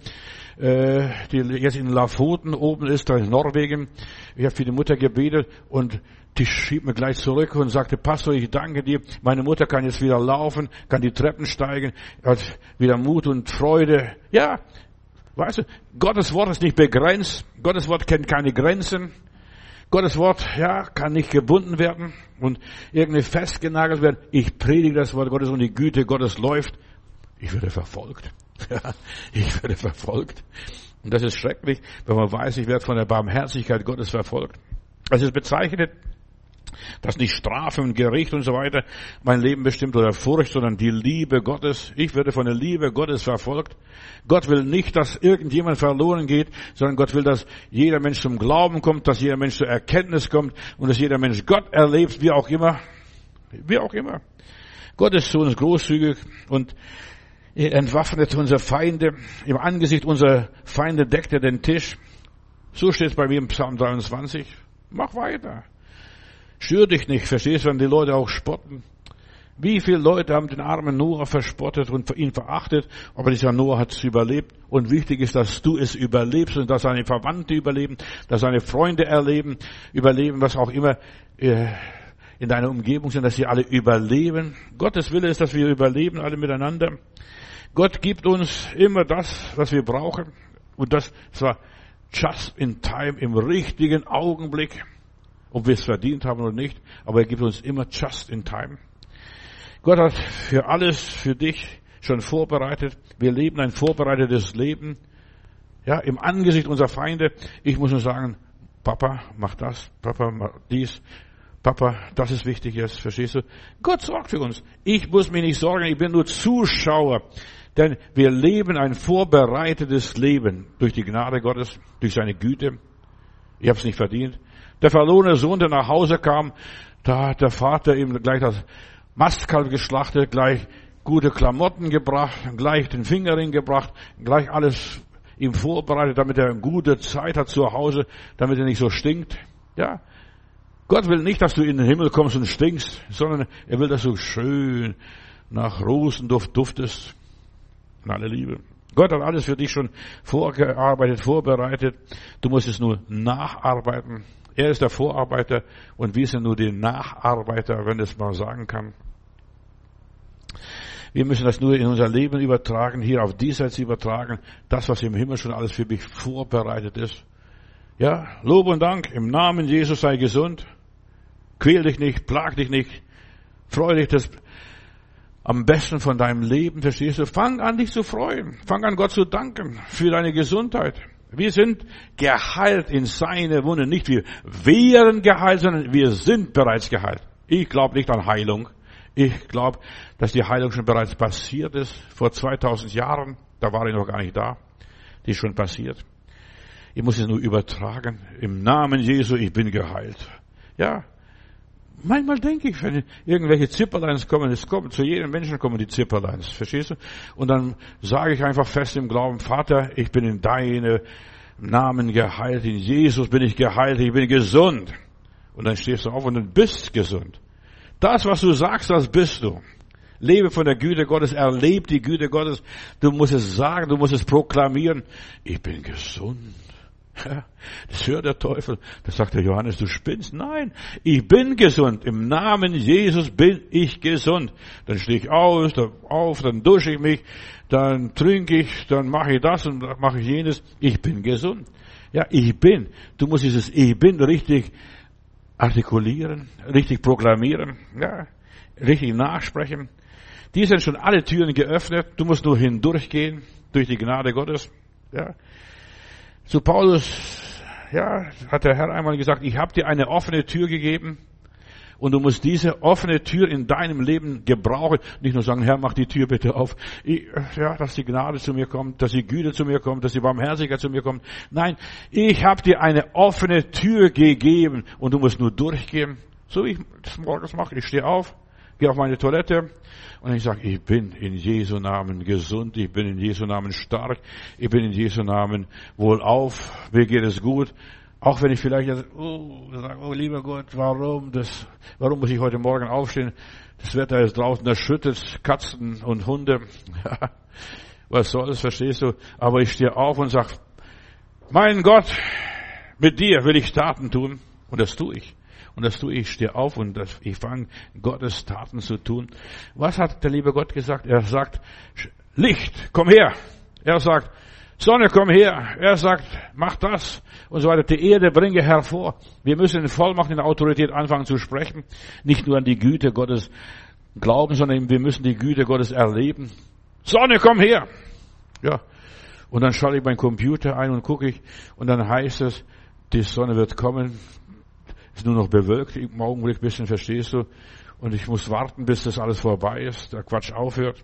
die jetzt in Lofoten oben ist, da in Norwegen. Ich habe für die Mutter gebetet und die schrieb mir gleich zurück und sagte, Pastor, ich danke dir. Meine Mutter kann jetzt wieder laufen, kann die Treppen steigen, hat wieder Mut und Freude. Ja, weißt du, Gottes Wort ist nicht begrenzt. Gottes Wort kennt keine Grenzen. Gottes Wort, ja, kann nicht gebunden werden und irgendwie festgenagelt werden. Ich predige das Wort Gottes und die Güte Gottes läuft. Ich werde verfolgt. Ja, ich werde verfolgt. Und das ist schrecklich, wenn man weiß, ich werde von der Barmherzigkeit Gottes verfolgt. Es ist bezeichnet, dass nicht Strafe und Gericht und so weiter mein Leben bestimmt oder Furcht, sondern die Liebe Gottes. Ich werde von der Liebe Gottes verfolgt. Gott will nicht, dass irgendjemand verloren geht, sondern Gott will, dass jeder Mensch zum Glauben kommt, dass jeder Mensch zur Erkenntnis kommt und dass jeder Mensch Gott erlebt, wie auch immer. Wie auch immer. Gott ist zu uns großzügig und er entwaffnet unsere Feinde. Im Angesicht unserer Feinde deckt er den Tisch. So steht es bei mir im Psalm 23. Mach weiter. Stör dich nicht, verstehst du, wenn die Leute auch spotten. Wie viele Leute haben den armen Noah verspottet und ihn verachtet, aber dieser Noah hat es überlebt. Und wichtig ist, dass du es überlebst und dass seine Verwandte überleben, dass seine Freunde überleben, was auch immer in deiner Umgebung sind, dass sie alle überleben. Gottes Wille ist, dass wir überleben, alle miteinander. Gott gibt uns immer das, was wir brauchen. Und das zwar just in time, im richtigen Augenblick. Ob wir es verdient haben oder nicht, aber er gibt uns immer just in time. Gott hat für alles, für dich schon vorbereitet. Wir leben ein vorbereitetes Leben. Ja, im Angesicht unserer Feinde. Ich muss nur sagen, Papa, mach das, Papa, mach dies. Papa, das ist wichtig jetzt, verstehst du? Gott sorgt für uns. Ich muss mich nicht sorgen, ich bin nur Zuschauer. Denn wir leben ein vorbereitetes Leben durch die Gnade Gottes, durch seine Güte. Ich habe es nicht verdient. Der verlorene Sohn, der nach Hause kam, da hat der Vater ihm gleich das Mastkalb geschlachtet, gleich gute Klamotten gebracht, gleich den Fingerring gebracht, gleich alles ihm vorbereitet, damit er eine gute Zeit hat zu Hause, damit er nicht so stinkt. Ja, Gott will nicht, dass du in den Himmel kommst und stinkst, sondern er will, dass du schön nach Rosenduft duftest. In aller Liebe. Gott hat alles für dich schon vorgearbeitet, vorbereitet. Du musst es nur nacharbeiten. Er ist der Vorarbeiter und wir sind nur die Nacharbeiter, wenn ich es mal sagen kann. Wir müssen das nur in unser Leben übertragen, hier auf diesseits übertragen. Das, was im Himmel schon alles für mich vorbereitet ist. Ja, Lob und Dank. Im Namen Jesus sei gesund. Quäl dich nicht, plag dich nicht. Freu dich das am besten von deinem Leben, verstehst du? Fang an, dich zu freuen. Fang an, Gott zu danken für deine Gesundheit. Wir sind geheilt in seine Wunden. Nicht wir wären geheilt, sondern wir sind bereits geheilt. Ich glaube nicht an Heilung. Ich glaube, dass die Heilung schon bereits passiert ist. Vor 2000 Jahren, da war ich noch gar nicht da. Die ist schon passiert. Ich muss es nur übertragen. Im Namen Jesu, ich bin geheilt. Ja. Manchmal denke ich, wenn irgendwelche Zipperleins kommen, zu jedem Menschen kommen die Zipperleins, verstehst du? Und dann sage ich einfach fest im Glauben, Vater, ich bin in deinem Namen geheilt, in Jesus bin ich geheilt, ich bin gesund. Und dann stehst du auf und du bist gesund. Das, was du sagst, das bist du. Lebe von der Güte Gottes, erlebe die Güte Gottes. Du musst es sagen, du musst es proklamieren. Ich bin gesund. Das hört der Teufel. Das sagt der Johannes, du spinnst. Nein, ich bin gesund. Im Namen Jesus bin ich gesund. Dann stehe ich auf, dann dusche ich mich, dann trinke ich, dann mache ich das und mache ich jenes. Ich bin gesund. Ja, ich bin. Du musst dieses Ich bin richtig artikulieren, richtig proklamieren, ja, richtig nachsprechen. Die sind schon alle Türen geöffnet. Du musst nur hindurchgehen, durch die Gnade Gottes. Ja. Zu Paulus, ja, hat der Herr einmal gesagt, ich habe dir eine offene Tür gegeben und du musst diese offene Tür in deinem Leben gebrauchen. Nicht nur sagen, Herr, mach die Tür bitte auf. Dass die Gnade zu mir kommt, dass die Güte zu mir kommt, dass die Barmherzigkeit zu mir kommt. Nein, ich habe dir eine offene Tür gegeben und du musst nur durchgehen. So wie ich das morgens mache. Ich stehe auf, gehe auf meine Toilette und ich sage, ich bin in Jesu Namen gesund, ich bin in Jesu Namen stark, ich bin in Jesu Namen wohlauf, mir geht es gut. Auch wenn ich vielleicht sage, oh lieber Gott, warum muss ich heute Morgen aufstehen? Das Wetter ist draußen, das schüttet Katzen und Hunde. Was soll's, verstehst du? Aber ich stehe auf und sage, mein Gott, mit dir will ich Taten tun. Und das tue ich. Ich stehe auf und ich fange Gottes Taten zu tun. Was hat der liebe Gott gesagt? Er sagt, Licht, komm her. Er sagt, Sonne, komm her. Er sagt, mach das und so weiter. Die Erde bringe hervor. Wir müssen in Vollmacht, in Autorität anfangen zu sprechen. Nicht nur an die Güte Gottes glauben, sondern wir müssen die Güte Gottes erleben. Sonne, komm her. Ja. Und dann schalte ich meinen Computer ein und gucke ich und dann heißt es, die Sonne wird kommen. Ist nur noch bewölkt im Augenblick ein bisschen, verstehst du? Und ich muss warten, bis das alles vorbei ist, der Quatsch aufhört.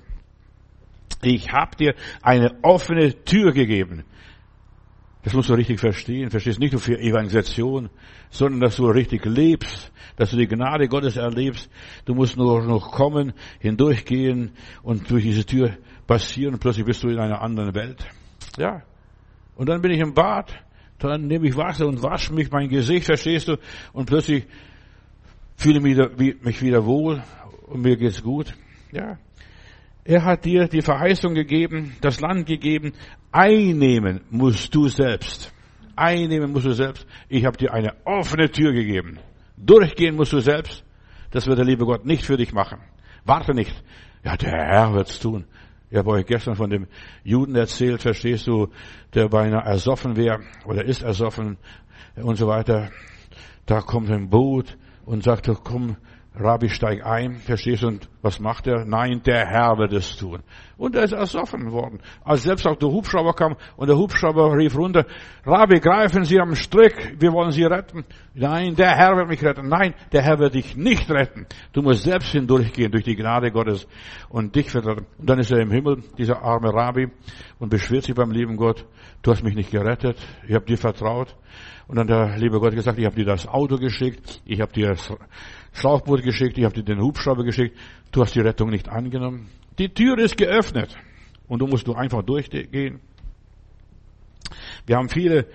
Ich habe dir eine offene Tür gegeben. Das musst du richtig verstehen. Verstehst nicht nur für Evangelisation, sondern dass du richtig lebst, dass du die Gnade Gottes erlebst. Du musst nur noch kommen, hindurchgehen und durch diese Tür passieren. Plötzlich bist du in einer anderen Welt. Ja. Und dann bin ich im Bad. Dann nehme ich Wasser und wasche mich mein Gesicht, verstehst du? Und plötzlich fühle ich mich wieder wohl und mir geht's gut. Ja. Er hat dir die Verheißung gegeben, das Land gegeben. Einnehmen musst du selbst. Einnehmen musst du selbst. Ich habe dir eine offene Tür gegeben. Durchgehen musst du selbst. Das wird der liebe Gott nicht für dich machen. Warte nicht. Ja, der Herr wird's tun. Ich habe euch gestern von dem Juden erzählt, verstehst du, der beinahe ersoffen wäre oder ist ersoffen und so weiter. Da kommt ein Boot und sagt, komm, Rabbi, steig ein, verstehst du, und was macht er? Nein, der Herr wird es tun. Und er ist ersoffen worden. Als selbst auch der Hubschrauber kam und der Hubschrauber rief runter, Rabbi, greifen Sie am Strick, wir wollen Sie retten. Nein, der Herr wird mich retten. Nein, der Herr wird dich nicht retten. Du musst selbst hindurchgehen durch die Gnade Gottes und dich wird retten. Und dann ist er im Himmel, dieser arme Rabbi, und beschwert sich beim lieben Gott, du hast mich nicht gerettet, ich habe dir vertraut. Und dann der liebe Gott gesagt, ich habe dir das Auto geschickt, ich habe dir das Schlauchboot geschickt, ich habe dir den Hubschrauber geschickt, du hast die Rettung nicht angenommen. Die Tür ist geöffnet und du musst nur einfach durchgehen. Wir haben viele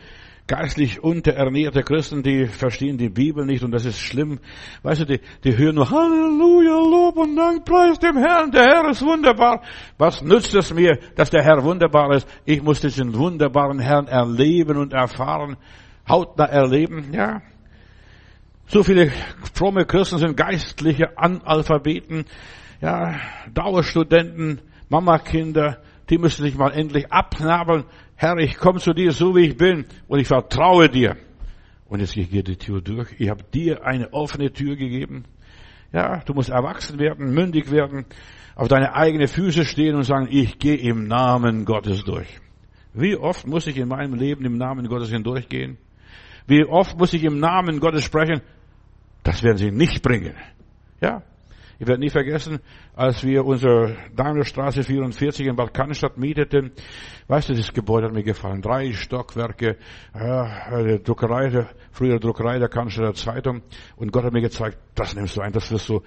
geistlich unterernährte Christen, die verstehen die Bibel nicht und das ist schlimm. Weißt du, die hören nur Halleluja, Lob und Dank, preis dem Herrn, der Herr ist wunderbar. Was nützt es mir, dass der Herr wunderbar ist? Ich muss diesen wunderbaren Herrn erleben und erfahren, hautnah erleben, ja. So viele fromme Christen sind geistliche Analphabeten, ja, Dauerstudenten, Mamakinder, die müssen sich mal endlich abnabeln. Herr, ich komme zu dir, so wie ich bin, und ich vertraue dir. Und jetzt gehe ich die Tür durch. Ich habe dir eine offene Tür gegeben. Ja, du musst erwachsen werden, mündig werden, auf deine eigenen Füße stehen und sagen, ich gehe im Namen Gottes durch. Wie oft muss ich in meinem Leben im Namen Gottes hindurchgehen? Wie oft muss ich im Namen Gottes sprechen? Das werden sie nicht bringen. Ja, ich werde nie vergessen, als wir unsere Daimlerstraße 44 in Bad Cannstatt mieteten. Weißt du, das Gebäude hat mir gefallen. 3 Stockwerke, eine Druckerei, frühere Druckerei der Cannstatter Zeitung. Und Gott hat mir gezeigt, das nimmst du ein, das wirst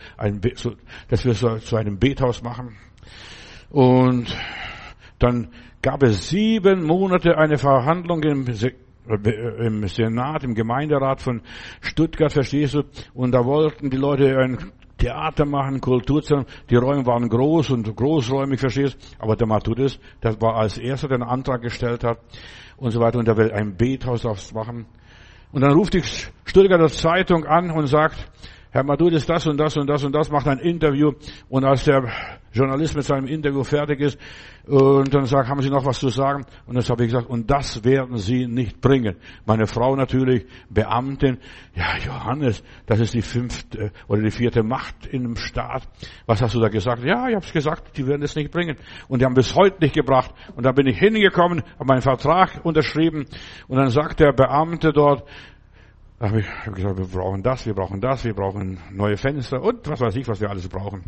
du zu einem Bethaus machen. Und dann gab es 7 Monate eine Verhandlung im Senat, im Gemeinderat von Stuttgart, verstehst du? Und da wollten die Leute ein Theater machen, Kulturzentrum. Die Räume waren groß und großräumig, verstehst du? Aber der Matthäus, das war als erster, der einen Antrag gestellt hat und so weiter. Und der will ein Bethaus aufmachen. Und dann ruft die Stuttgarter Zeitung an und sagt, Herr Matthäus, das und das und das und das, macht ein Interview. Und als der Journalist mit seinem Interview fertig ist, und dann sagt, haben Sie noch was zu sagen? Und das habe ich gesagt, und das werden Sie nicht bringen. Meine Frau natürlich, Beamtin, ja, Johannes, das ist die 5. oder die 4. Macht im Staat. Was hast du da gesagt? Ja, ich habe es gesagt, die werden es nicht bringen. Und die haben bis heute nicht gebracht. Und dann bin ich hingekommen, habe meinen Vertrag unterschrieben. Und dann sagt der Beamte dort, da habe ich gesagt, wir brauchen das, wir brauchen neue Fenster und was weiß ich, was wir alles brauchen.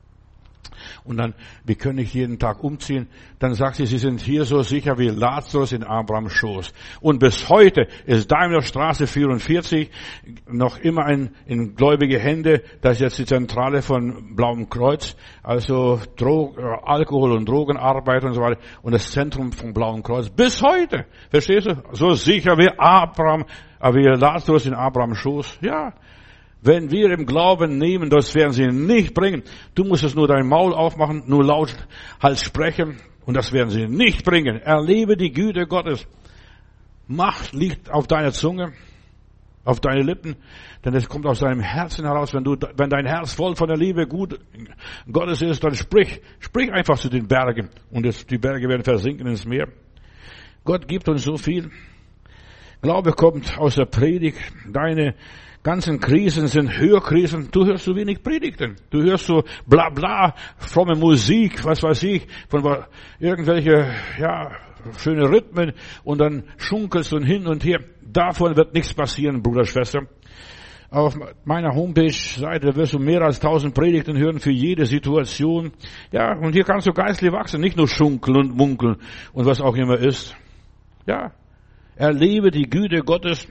Und dann, wir können nicht jeden Tag umziehen. Dann sagt sie, Sie sind hier so sicher wie Lazarus in Abrahams Schoß. Und bis heute ist Daimlerstraße 44 noch immer in gläubige Hände. Das ist jetzt die Zentrale von Blauem Kreuz, also Alkohol- und Drogenarbeit und so weiter. Und das Zentrum vom Blauen Kreuz bis heute. Verstehst du? So sicher wie wie Lazarus in Abrahams Schoß. Ja. Wenn wir im Glauben nehmen, das werden sie nicht bringen. Du musst es nur dein Maul aufmachen, nur laut halt sprechen. Und das werden sie nicht bringen. Erlebe die Güte Gottes. Macht liegt auf deiner Zunge, auf deine Lippen. Denn es kommt aus deinem Herzen heraus. Wenn dein Herz voll von der Liebe Gottes ist, dann sprich einfach zu den Bergen. Und die Berge werden versinken ins Meer. Gott gibt uns so viel. Glaube kommt aus der Predigt. Deine ganzen Krisen sind Hörkrisen. Du hörst so wenig Predigten. Du hörst so bla bla, fromme Musik, was weiß ich, von irgendwelche, schöne Rhythmen und dann schunkelst du hin und her. Davon wird nichts passieren, Bruder, Schwester. Auf meiner Homepage-Seite wirst du mehr als 1000 Predigten hören für jede Situation. Ja, und hier kannst du geistlich wachsen, nicht nur schunkeln und munkeln und was auch immer ist. Ja, erlebe die Güte Gottes.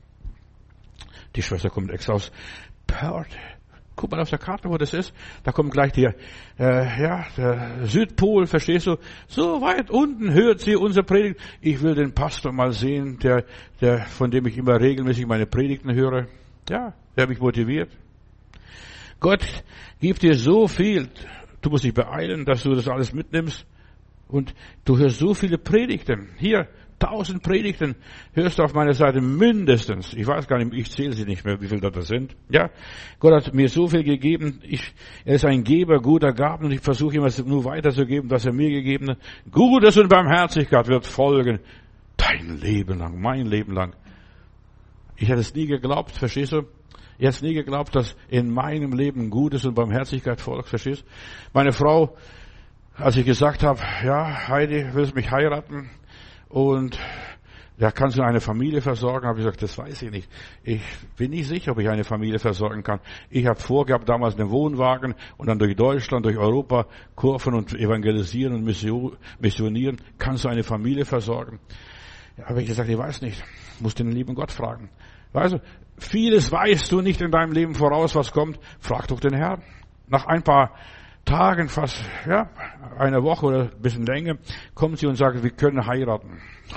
Die Schwester kommt extra aus Perth. Guck mal auf der Karte, wo das ist. Da kommt gleich der Südpol, verstehst du? So weit unten hört sie unsere Predigt. Ich will den Pastor mal sehen, von dem ich immer regelmäßig meine Predigten höre. Ja, der hat mich motiviert. Gott gibt dir so viel. Du musst dich beeilen, dass du das alles mitnimmst. Und du hörst so viele Predigten. Hier, 1000 Predigten hörst du auf meiner Seite mindestens. Ich weiß gar nicht, ich zähle sie nicht mehr, wie viel das sind. Ja, Gott hat mir so viel gegeben. Er ist ein Geber guter Gaben und ich versuche immer nur weiterzugeben, was er mir gegeben hat. Gutes und Barmherzigkeit wird folgen. Dein Leben lang, mein Leben lang. Ich hätte es nie geglaubt, verstehst du? Ich hätte es nie geglaubt, dass in meinem Leben Gutes und Barmherzigkeit folgt, verstehst du? Meine Frau, als ich gesagt habe, ja, Heidi, willst du mich heiraten? Und ja, kannst du eine Familie versorgen? Habe ich gesagt, das weiß ich nicht. Ich bin nicht sicher, ob ich eine Familie versorgen kann. Ich habe vorgehabt, damals einen Wohnwagen und dann durch Deutschland, durch Europa kurven und evangelisieren und missionieren. Kannst du eine Familie versorgen? Ja, habe ich gesagt, ich weiß nicht. Musst den lieben Gott fragen. Weißt du, vieles weißt du nicht in deinem Leben voraus, was kommt. Frag doch den Herrn. Nach ein paar Tagen, fast, eine Woche oder ein bisschen länger, kommt sie und sagt, wir können heiraten. Ja,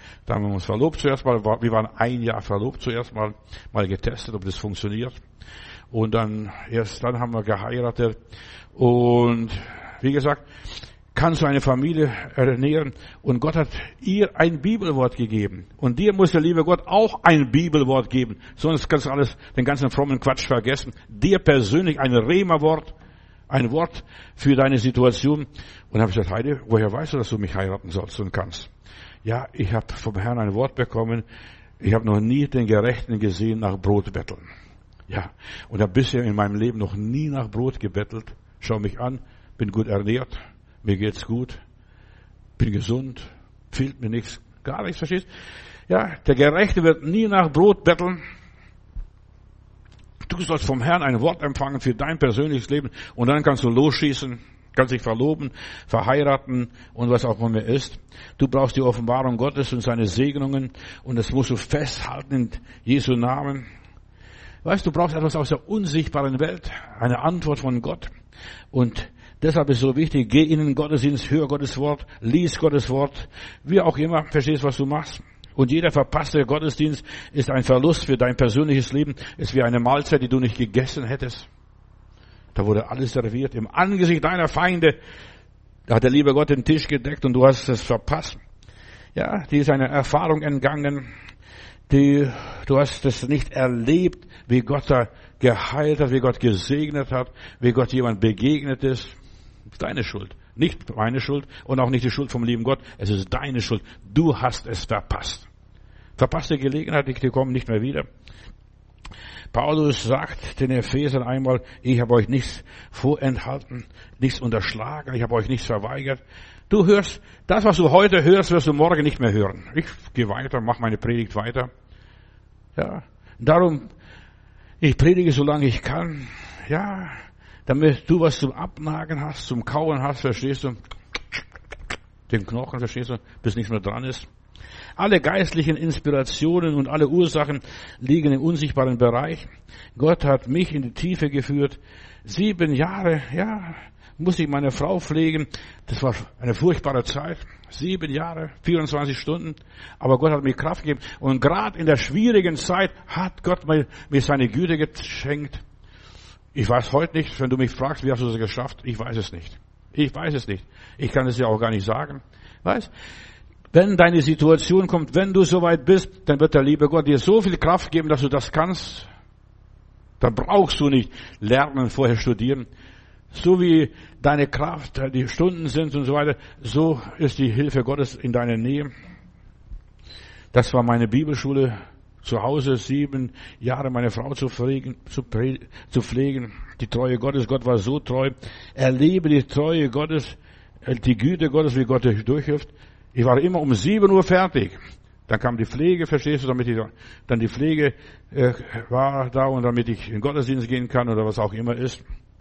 Da haben wir uns verlobt zuerst mal. Wir waren 1 Jahr verlobt zuerst mal getestet, ob das funktioniert. Und dann, erst dann haben wir geheiratet. Und wie gesagt, kannst du eine Familie ernähren. Und Gott hat ihr ein Bibelwort gegeben. Und dir muss der liebe Gott auch ein Bibelwort geben. Sonst kannst du alles, den ganzen frommen Quatsch vergessen. Dir persönlich ein Rema-Wort, ein Wort für deine Situation. Und habe ich gesagt, Heidi, woher weißt du, dass du mich heiraten sollst und kannst? Ja, ich habe vom Herrn ein Wort bekommen. Ich habe noch nie den Gerechten gesehen nach Brot betteln. Ja, und habe bisher in meinem Leben noch nie nach Brot gebettelt. Schau mich an, bin gut ernährt, mir geht's gut, bin gesund, fehlt mir nichts, gar nichts, verstehst? Ja, der Gerechte wird nie nach Brot betteln. Du sollst vom Herrn ein Wort empfangen für dein persönliches Leben und dann kannst du losschießen, kannst dich verloben, verheiraten und was auch immer ist. Du brauchst die Offenbarung Gottes und seine Segnungen und das musst du festhalten in Jesu Namen. Weißt du, brauchst etwas aus der unsichtbaren Welt, eine Antwort von Gott. Und deshalb ist es so wichtig, geh in den Gottesdienst, hör Gottes Wort, lies Gottes Wort, wie auch immer, verstehst, was du machst. Und jeder verpasste Gottesdienst ist ein Verlust für dein persönliches Leben, ist wie eine Mahlzeit, die du nicht gegessen hättest. Da wurde alles serviert, im Angesicht deiner Feinde. Da hat der liebe Gott den Tisch gedeckt und du hast es verpasst. Ja, die ist eine Erfahrung entgangen. Du hast es nicht erlebt, wie Gott da geheilt hat, wie Gott gesegnet hat, wie Gott jemand begegnet ist. Das ist deine Schuld. Nicht meine Schuld und auch nicht die Schuld vom lieben Gott. Es ist deine Schuld. Du hast es verpasst. Verpasste Gelegenheit, die kommen nicht mehr wieder. Paulus sagt den Ephesern einmal, ich habe euch nichts vorenthalten, nichts unterschlagen, ich habe euch nichts verweigert. Du hörst, das, was du heute hörst, wirst du morgen nicht mehr hören. Ich gehe weiter, mache meine Predigt weiter. Ja, darum, ich predige, solange ich kann. Ja, damit du was zum Abnagen hast, zum Kauen hast, verstehst du? Den Knochen, verstehst du, bis nichts mehr dran ist. Alle geistlichen Inspirationen und alle Ursachen liegen im unsichtbaren Bereich. Gott hat mich in die Tiefe geführt. 7 Jahre, ja, musste ich meine Frau pflegen. Das war eine furchtbare Zeit. 7 Jahre, 24 Stunden. Aber Gott hat mir Kraft gegeben. Und gerade in der schwierigen Zeit hat Gott mir seine Güte geschenkt. Ich weiß heute nicht, wenn du mich fragst, wie hast du das geschafft? Ich weiß es nicht. Ich weiß es nicht. Ich kann es ja auch gar nicht sagen. Weißt? Wenn deine Situation kommt, wenn du soweit bist, dann wird der liebe Gott dir so viel Kraft geben, dass du das kannst. Dann brauchst du nicht lernen, vorher studieren. So wie deine Kraft, die Stunden sind und so weiter, so ist die Hilfe Gottes in deiner Nähe. Das war meine Bibelschule zu Hause, 7 Jahre meine Frau zu pflegen. Die Treue Gottes, Gott war so treu. Erlebe die Treue Gottes, die Güte Gottes, wie Gott dich durchhilft. Ich war immer um 7 Uhr fertig. Dann kam die Pflege, verstehst du, dann die Pflege war da und damit ich in den Gottesdienst gehen kann oder was auch immer ist.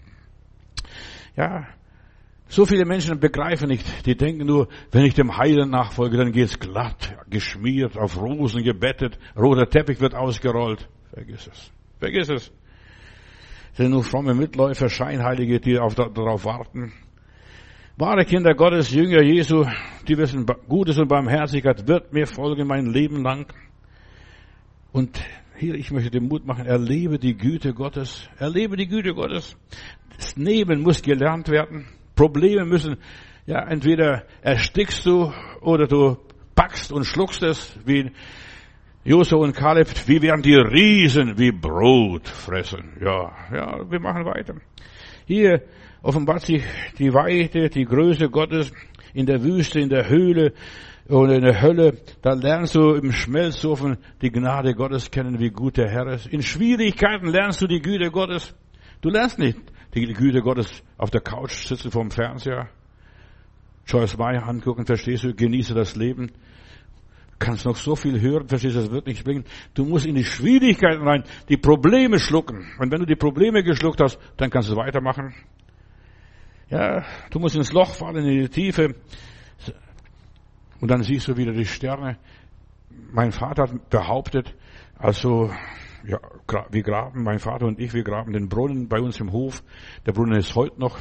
Ja, so viele Menschen begreifen nicht, die denken nur, wenn ich dem Heiland nachfolge, dann geht's glatt, geschmiert, auf Rosen gebettet, roter Teppich wird ausgerollt. Vergiss es. Vergiss es. Es sind nur fromme Mitläufer, Scheinheilige, die darauf warten. Wahre Kinder Gottes, Jünger Jesu, die wissen, Gutes und Barmherzigkeit wird mir folgen mein Leben lang. Und hier, ich möchte den Mut machen, erlebe die Güte Gottes. Erlebe die Güte Gottes. Das Nehmen muss gelernt werden. Probleme müssen, ja, entweder erstickst du oder du packst und schluckst es, wie Josua und Kaleb, wie werden die Riesen wie Brot fressen. Ja, wir machen weiter. Hier offenbart sich die Weite, die Größe Gottes in der Wüste, in der Höhle oder in der Hölle. Da lernst du im Schmelzofen die Gnade Gottes kennen, wie gut der Herr ist. In Schwierigkeiten lernst du die Güte Gottes. Du lernst nicht die Güte Gottes auf der Couch sitzen vorm Fernseher, Joyce Meyer angucken, verstehst du, genieße das Leben. Kannst noch so viel hören, verstehst du, das wird nicht bringen. Du musst in die Schwierigkeiten rein, die Probleme schlucken. Und wenn du die Probleme geschluckt hast, dann kannst du weitermachen. Ja, du musst ins Loch fallen, in die Tiefe. Und dann siehst du wieder die Sterne. Mein Vater hat behauptet, also, ja, wir graben, mein Vater und ich, wir graben den Brunnen bei uns im Hof. Der Brunnen ist heute noch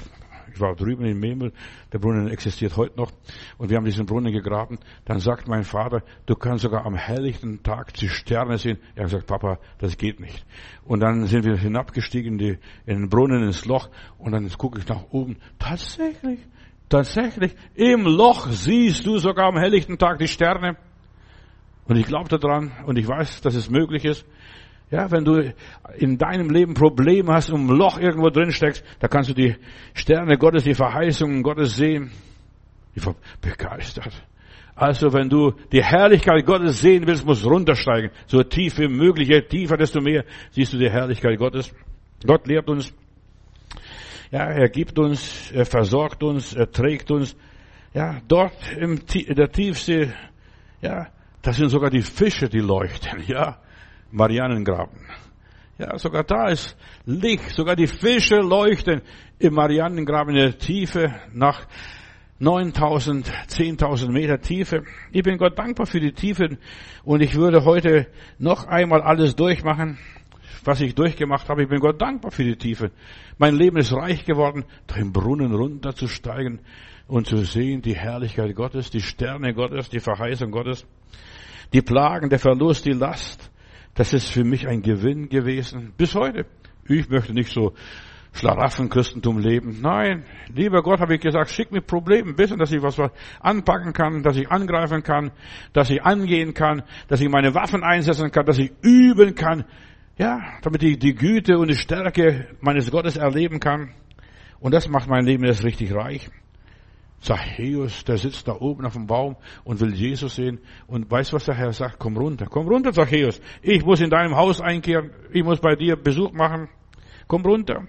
ich war drüben in Memel, der Brunnen existiert heute noch, und wir haben diesen Brunnen gegraben. Dann sagt mein Vater, du kannst sogar am helllichten Tag die Sterne sehen. Er hat gesagt, Papa, das geht nicht. Und dann sind wir hinabgestiegen in den Brunnen, ins Loch, und dann gucke ich nach oben. Tatsächlich, im Loch siehst du sogar am helllichten Tag die Sterne. Und ich glaube daran, und ich weiß, dass es möglich ist. Ja, wenn du in deinem Leben Probleme hast und ein Loch irgendwo drin steckst, da kannst du die Sterne Gottes, die Verheißungen Gottes sehen. Ich war begeistert. Also wenn du die Herrlichkeit Gottes sehen willst, musst du runtersteigen. So tief wie möglich, je tiefer, desto mehr siehst du die Herrlichkeit Gottes. Gott lehrt uns. Ja, er gibt uns, er versorgt uns, er trägt uns. Ja, dort in der Tiefsee, ja, das sind sogar die Fische, die leuchten, ja. Marianengraben. Ja, sogar da ist Licht, sogar die Fische leuchten im Marianengraben in der Tiefe nach 9.000, 10.000 Meter Tiefe. Ich bin Gott dankbar für die Tiefe, und ich würde heute noch einmal alles durchmachen, was ich durchgemacht habe. Ich bin Gott dankbar für die Tiefe. Mein Leben ist reich geworden, da im Brunnen runterzusteigen und zu sehen die Herrlichkeit Gottes, die Sterne Gottes, die Verheißung Gottes, die Plagen, der Verlust, die Last. Das ist für mich ein Gewinn gewesen. Bis heute. Ich möchte nicht so Schlaraffen-Christentum leben. Nein, lieber Gott, habe ich gesagt, schick mir Probleme, wissen, dass ich was anpacken kann, dass ich angreifen kann, dass ich angehen kann, dass ich meine Waffen einsetzen kann, dass ich üben kann. Ja, damit ich die Güte und die Stärke meines Gottes erleben kann. Und das macht mein Leben jetzt richtig reich. Zachäus, der sitzt da oben auf dem Baum und will Jesus sehen. Und weißt du, was der Herr sagt? Komm runter, Zachäus. Ich muss in deinem Haus einkehren. Ich muss bei dir Besuch machen. Komm runter.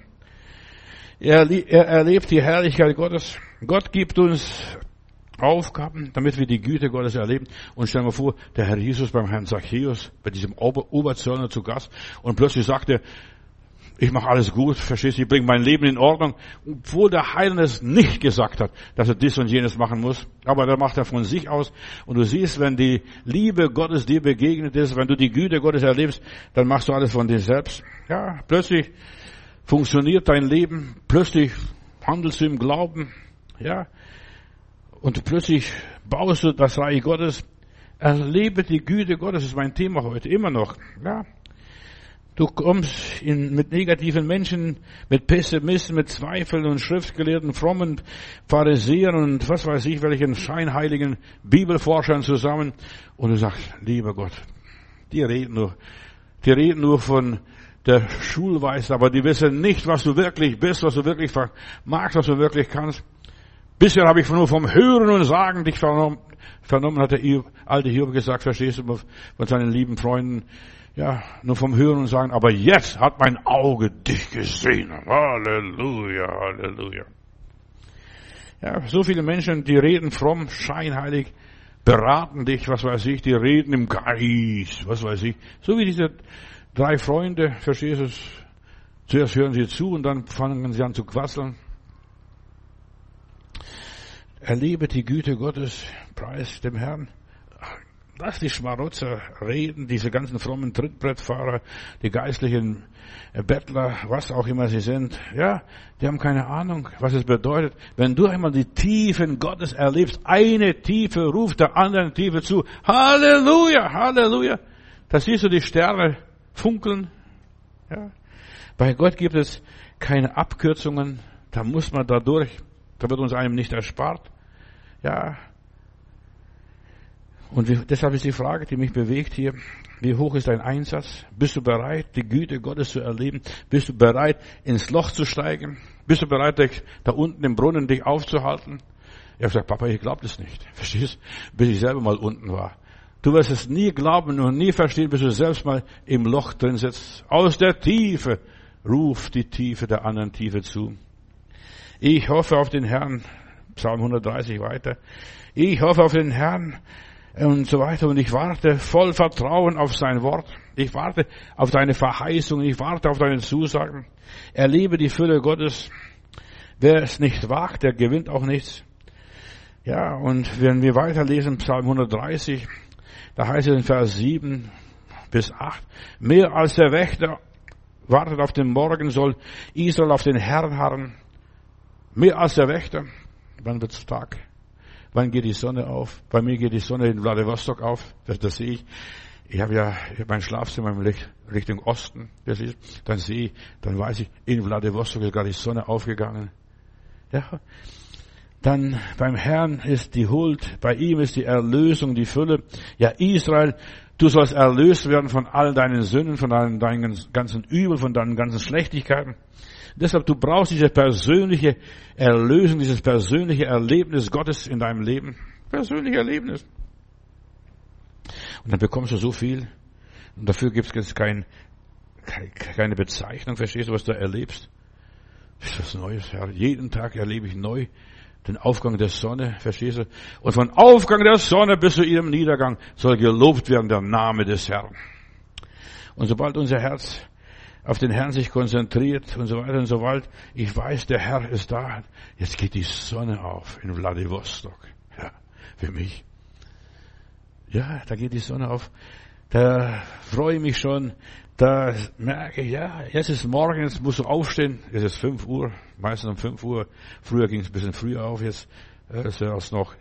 Er erlebt die Herrlichkeit Gottes. Gott gibt uns Aufgaben, damit wir die Güte Gottes erleben. Und stell dir mal vor, der Herr Jesus beim Herrn Zachäus, bei diesem Oberzöllner zu Gast. Und plötzlich sagt er, ich mache alles gut, verstehst du, ich bringe mein Leben in Ordnung, obwohl der Heiland es nicht gesagt hat, dass er dies und jenes machen muss. Aber da macht er von sich aus. Und du siehst, wenn die Liebe Gottes dir begegnet ist, wenn du die Güte Gottes erlebst, dann machst du alles von dir selbst. Ja, plötzlich funktioniert dein Leben, plötzlich handelst du im Glauben, ja, und plötzlich baust du das Reich Gottes. Erlebe die Güte Gottes, das ist mein Thema heute, immer noch, ja. Du kommst mit negativen Menschen, mit Pessimisten, mit Zweifeln und Schriftgelehrten, frommen Pharisäern und was weiß ich, welchen scheinheiligen Bibelforschern zusammen. Und du sagst, lieber Gott, die reden nur von der Schulweise, aber die wissen nicht, was du wirklich bist, was du wirklich magst, was du wirklich kannst. Bisher habe ich nur vom Hören und Sagen dich vernommen, hat der alte Hiob gesagt, verstehst du, von seinen lieben Freunden. Ja, nur vom Hören und Sagen, aber jetzt hat mein Auge dich gesehen. Halleluja, Halleluja. Ja, so viele Menschen, die reden fromm, scheinheilig, beraten dich, was weiß ich, die reden im Geist, was weiß ich. So wie diese 3 Freunde, verstehst du, zuerst hören sie zu und dann fangen sie an zu quasseln. Erlebe die Güte Gottes, preis dem Herrn. Lass die Schmarotzer reden, diese ganzen frommen Trittbrettfahrer, die geistlichen Bettler, was auch immer sie sind. Ja, die haben keine Ahnung, was es bedeutet. Wenn du einmal die Tiefen Gottes erlebst, eine Tiefe ruft der anderen Tiefe zu. Halleluja, Halleluja. Da siehst du die Sterne funkeln. Ja. Bei Gott gibt es keine Abkürzungen. Da muss man da durch. Da wird uns einem nicht erspart. Ja. Und deshalb ist die Frage, die mich bewegt hier, wie hoch ist dein Einsatz? Bist du bereit, die Güte Gottes zu erleben? Bist du bereit, ins Loch zu steigen? Bist du bereit, dich da unten im Brunnen dich aufzuhalten? Er sagt, Papa, ich glaube das nicht. Verstehst? Bis ich selber mal unten war. Du wirst es nie glauben und nie verstehen, bis du selbst mal im Loch drin sitzt. Aus der Tiefe ruft die Tiefe der anderen Tiefe zu. Ich hoffe auf den Herrn. Psalm 130 weiter. Ich hoffe auf den Herrn. Und so weiter. Und ich warte voll Vertrauen auf sein Wort. Ich warte auf deine Verheißung. Ich warte auf deine Zusagen. Erlebe die Fülle Gottes. Wer es nicht wagt, der gewinnt auch nichts. Ja, und wenn wir weiterlesen, Psalm 130, da heißt es in Vers 7 bis 8, mehr als der Wächter wartet auf den Morgen, soll Israel auf den Herrn harren. Mehr als der Wächter. Wann wird's Tag? Wann geht die Sonne auf? Bei mir geht die Sonne in Wladiwostok auf. Das sehe ich. Ich habe mein Schlafzimmer Richtung Osten. Dann sehe ich, dann weiß ich, in Wladiwostok ist gerade die Sonne aufgegangen. Ja. Dann beim Herrn ist die Huld, bei ihm ist die Erlösung, die Fülle. Ja, Israel, du sollst erlöst werden von all deinen Sünden, von deinen ganzen Übel, von deinen ganzen Schlechtigkeiten. Deshalb, du brauchst diese persönliche Erlösung, dieses persönliche Erlebnis Gottes in deinem Leben. Persönliche Erlebnis. Und dann bekommst du so viel. Und dafür gibt es jetzt keine Bezeichnung. Verstehst du, was du erlebst? Das ist was Neues, Herr. Jeden Tag erlebe ich neu den Aufgang der Sonne. Verstehst du? Und von Aufgang der Sonne bis zu ihrem Niedergang soll gelobt werden der Name des Herrn. Und sobald unser Herz auf den Herrn sich konzentriert und so weiter und so fort, ich weiß, der Herr ist da. Jetzt geht die Sonne auf in Wladiwostok. Ja, für mich. Ja, da geht die Sonne auf. Da freue ich mich schon. Da merke ich, ja, jetzt ist morgen, jetzt musst du aufstehen. Es ist 5 Uhr, meistens um 5 Uhr. Früher ging es ein bisschen früher auf, jetzt ist es noch,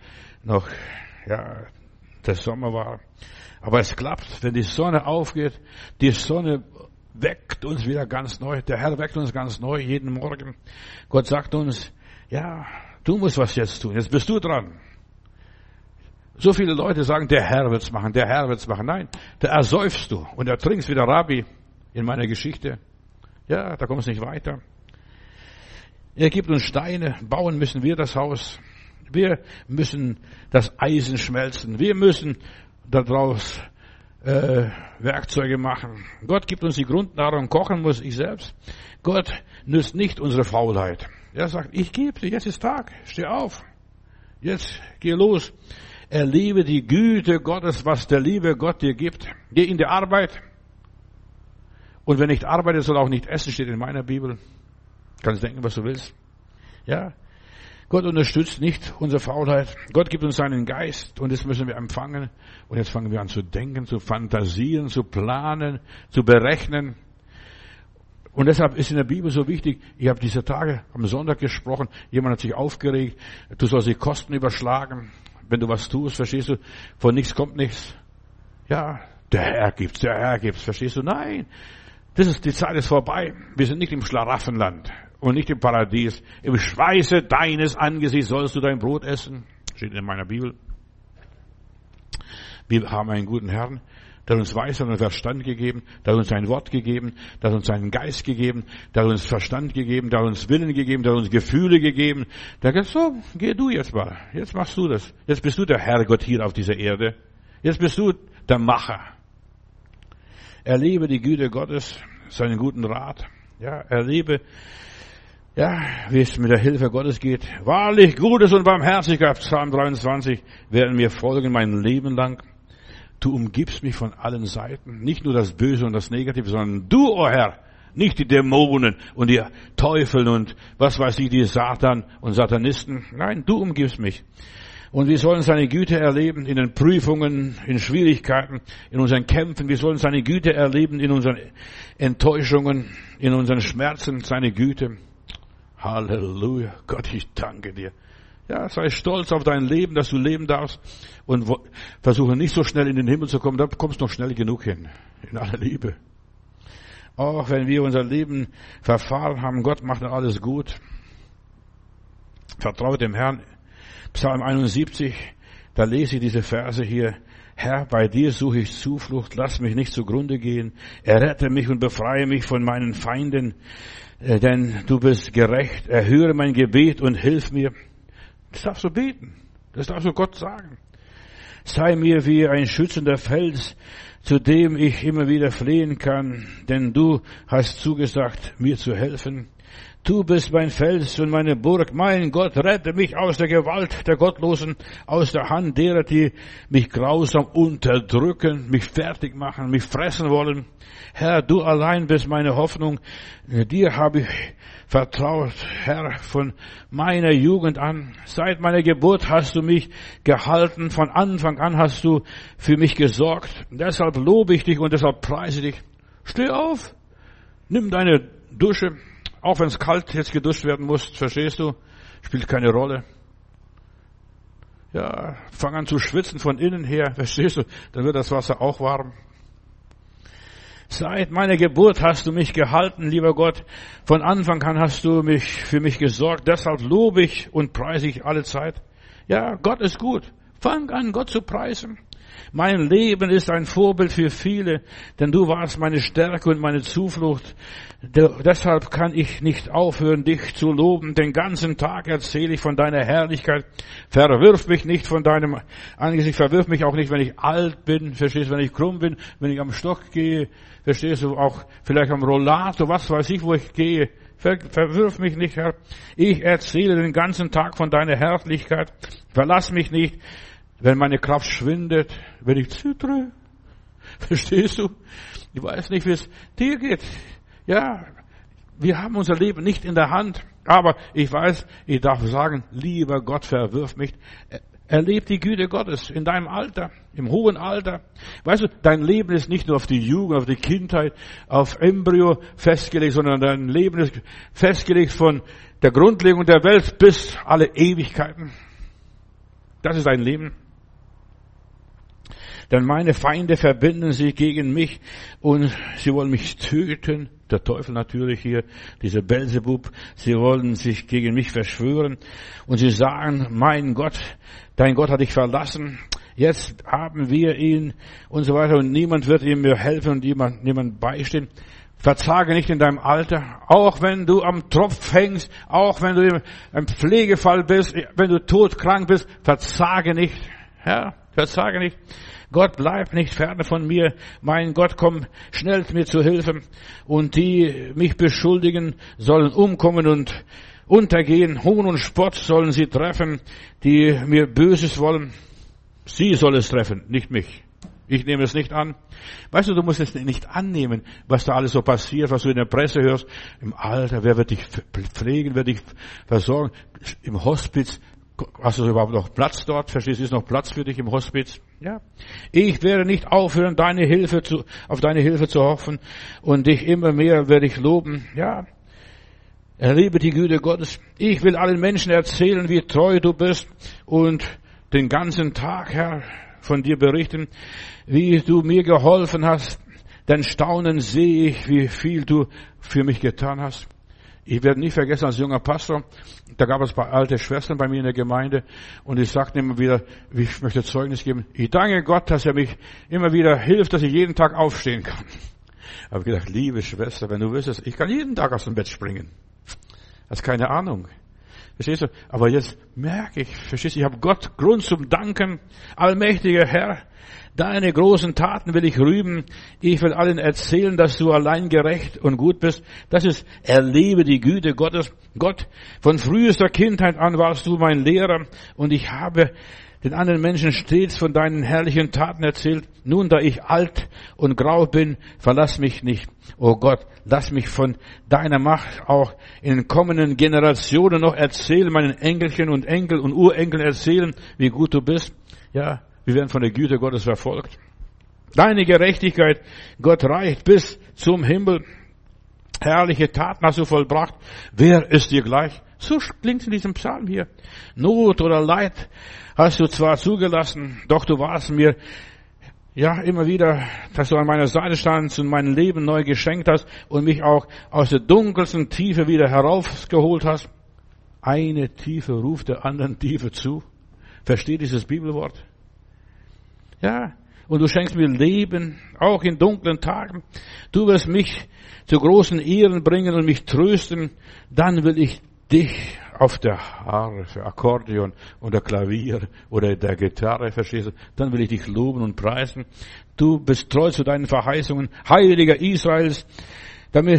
der Sommer war. Aber es klappt, wenn die Sonne aufgeht, die Sonne weckt uns wieder ganz neu. Der Herr weckt uns ganz neu jeden Morgen. Gott sagt uns, ja, du musst was jetzt tun. Jetzt bist du dran. So viele Leute sagen, der Herr wird's machen, der Herr wird's machen. Nein, da ersäufst du und ertrinkst wie der Rabbi in meiner Geschichte. Ja, da kommst du nicht weiter. Er gibt uns Steine, bauen müssen wir das Haus. Wir müssen das Eisen schmelzen. Wir müssen daraus Werkzeuge machen. Gott gibt uns die Grundnahrung, kochen muss ich selbst. Gott nützt nicht unsere Faulheit. Er sagt, ich gebe dir, jetzt ist Tag, steh auf. Jetzt geh los. Erlebe die Güte Gottes, was der liebe Gott dir gibt. Geh in die Arbeit. Und wer nicht arbeitet, soll auch nicht essen, steht in meiner Bibel. Kannst denken, was du willst. Ja. Gott unterstützt nicht unsere Faulheit. Gott gibt uns seinen Geist und das müssen wir empfangen. Und jetzt fangen wir an zu denken, zu fantasieren, zu planen, zu berechnen. Und deshalb ist in der Bibel so wichtig, ich habe diese Tage am Sonntag gesprochen, jemand hat sich aufgeregt, du sollst die Kosten überschlagen. Wenn du was tust, verstehst du, von nichts kommt nichts. Ja, der Herr gibt's, verstehst du? Nein, die Zeit ist vorbei. Wir sind nicht im Schlaraffenland und nicht im Paradies. Im Schweiße deines Angesichts sollst du dein Brot essen. Steht in meiner Bibel. Wir haben einen guten Herrn, der hat uns Weisheit und Verstand gegeben, der hat uns sein Wort gegeben, der hat uns seinen Geist gegeben, der hat uns Verstand gegeben, der hat uns Willen gegeben, der hat uns Gefühle gegeben. Der hat gesagt, so, geh du jetzt mal. Jetzt machst du das. Jetzt bist du der Herrgott hier auf dieser Erde. Jetzt bist du der Macher. Erlebe die Güte Gottes, seinen guten Rat. Ja, erlebe, wie es mit der Hilfe Gottes geht. Wahrlich, Gutes und Barmherzigkeit, Psalm 23, werden mir folgen mein Leben lang. Du umgibst mich von allen Seiten. Nicht nur das Böse und das Negative, sondern du, o Herr, nicht die Dämonen und die Teufel und was weiß ich, die Satan und Satanisten. Nein, du umgibst mich. Und wir sollen seine Güte erleben in den Prüfungen, in Schwierigkeiten, in unseren Kämpfen. Wir sollen seine Güte erleben in unseren Enttäuschungen, in unseren Schmerzen, seine Güte. Halleluja. Gott, ich danke dir. Ja, sei stolz auf dein Leben, dass du leben darfst und versuche nicht so schnell in den Himmel zu kommen, da kommst du noch schnell genug hin. In aller Liebe. Auch wenn wir unser Leben verfahren haben, Gott macht alles gut. Vertraue dem Herrn. Psalm 71, da lese ich diese Verse hier. Herr, bei dir suche ich Zuflucht, lass mich nicht zugrunde gehen. Errette mich und befreie mich von meinen Feinden, denn du bist gerecht. Erhöre mein Gebet und hilf mir. Das darfst du beten. Das darfst du Gott sagen. Sei mir wie ein schützender Fels, zu dem ich immer wieder flehen kann, denn du hast zugesagt, mir zu helfen. Du bist mein Fels und meine Burg. Mein Gott, rette mich aus der Gewalt der Gottlosen, aus der Hand derer, die mich grausam unterdrücken, mich fertig machen, mich fressen wollen. Herr, du allein bist meine Hoffnung. Dir habe ich vertraut, Herr, von meiner Jugend an. Seit meiner Geburt hast du mich gehalten. Von Anfang an hast du für mich gesorgt. Deshalb lobe ich dich und deshalb preise dich. Steh auf, nimm deine Dusche, Auch wenn es kalt jetzt geduscht werden muss, verstehst du? Spielt keine Rolle. Ja, fang an zu schwitzen von innen her, verstehst du? Dann wird das Wasser auch warm. Seit meiner Geburt hast du mich gehalten, lieber Gott. Von Anfang an hast du für mich gesorgt. Deshalb lobe ich und preise ich alle Zeit. Ja, Gott ist gut. Fang an, Gott zu preisen. Mein Leben ist ein Vorbild für viele, denn du warst meine Stärke und meine Zuflucht. Deshalb kann ich nicht aufhören, dich zu loben. Den ganzen Tag erzähle ich von deiner Herrlichkeit. Verwirf mich nicht von deinem Angesicht. Verwirf mich auch nicht, wenn ich alt bin. Verstehst du, wenn ich krumm bin, wenn ich am Stock gehe. Verstehst du, auch vielleicht am Rollator, was weiß ich, wo ich gehe. Verwirf mich nicht, Herr. Ich erzähle den ganzen Tag von deiner Herrlichkeit. Verlass mich nicht, wenn meine Kraft schwindet, wenn ich zittere. Verstehst du? Ich weiß nicht, wie es dir geht. Ja, wir haben unser Leben nicht in der Hand. Aber ich weiß, ich darf sagen, lieber Gott, verwirf mich. Erleb die Güte Gottes in deinem Alter, im hohen Alter. Weißt du, dein Leben ist nicht nur auf die Jugend, auf die Kindheit, auf Embryo festgelegt, sondern dein Leben ist festgelegt von der Grundlegung der Welt bis alle Ewigkeiten. Das ist dein Leben. Denn meine Feinde verbinden sich gegen mich und sie wollen mich töten. Der Teufel natürlich hier, dieser Belzebub, sie wollen sich gegen mich verschwören. Und sie sagen, mein Gott, dein Gott hat dich verlassen. Jetzt haben wir ihn und so weiter und niemand wird ihm mehr helfen und niemand beistehen. Verzage nicht in deinem Alter, auch wenn du am Tropf hängst, auch wenn du im Pflegefall bist, wenn du todkrank bist, verzage nicht. Ja, verzage nicht. Gott, bleib nicht ferne von mir. Mein Gott, komm schnell mir zu Hilfe. Und die mich beschuldigen, sollen umkommen und untergehen. Hohn und Spott sollen sie treffen, die mir Böses wollen. Sie soll es treffen, nicht mich. Ich nehme es nicht an. Weißt du, du musst es nicht annehmen, was da alles so passiert, was du in der Presse hörst. Im Alter, wer wird dich pflegen, wer dich versorgen? Im Hospiz, hast du überhaupt noch Platz dort? Verstehst du, ist noch Platz für dich im Hospiz? Ja. Ich werde nicht aufhören, auf deine Hilfe zu hoffen und dich immer mehr werde ich loben. Ja. Erlebe die Güte Gottes. Ich will allen Menschen erzählen, wie treu du bist und den ganzen Tag, Herr, von dir berichten, wie du mir geholfen hast. Denn staunend sehe ich, wie viel du für mich getan hast. Ich werde nie vergessen, als junger Pastor, da gab es ein paar alte Schwestern bei mir in der Gemeinde und ich sagte immer wieder, ich möchte Zeugnis geben. Ich danke Gott, dass er mich immer wieder hilft, dass ich jeden Tag aufstehen kann. Ich habe gedacht, liebe Schwester, wenn du wüsstest, ich kann jeden Tag aus dem Bett springen. Hast keine Ahnung. Verstehst du? Aber jetzt merke ich, verstehst du, ich habe Gott Grund zum Danken. Allmächtiger Herr, deine großen Taten will ich rühmen. Ich will allen erzählen, dass du allein gerecht und gut bist. Das ist, erlebe die Güte Gottes. Gott, von frühester Kindheit an warst du mein Lehrer und ich habe den anderen Menschen stets von deinen herrlichen Taten erzählt. Nun, da ich alt und grau bin, verlass mich nicht. Oh Gott, lass mich von deiner Macht auch in den kommenden Generationen noch erzählen, meinen Enkelchen und Enkel und Urenkeln erzählen, wie gut du bist. Ja, wir werden von der Güte Gottes verfolgt. Deine Gerechtigkeit, Gott, reicht bis zum Himmel. Herrliche Taten hast du vollbracht. Wer ist dir gleich? So klingt es in diesem Psalm hier. Not oder Leid hast du zwar zugelassen, doch du warst mir ja immer wieder, dass du an meiner Seite standst und mein Leben neu geschenkt hast und mich auch aus der dunkelsten Tiefe wieder herausgeholt hast. Eine Tiefe ruft der anderen Tiefe zu. Versteht dieses Bibelwort? Ja, und du schenkst mir Leben, auch in dunklen Tagen. Du wirst mich zu großen Ehren bringen und mich trösten. Dann will ich dich auf der Harfe, Akkordeon oder Klavier oder der Gitarre, verstehst du? Dann will ich dich loben und preisen. Du bist treu zu deinen Verheißungen, Heiliger Israels. Damit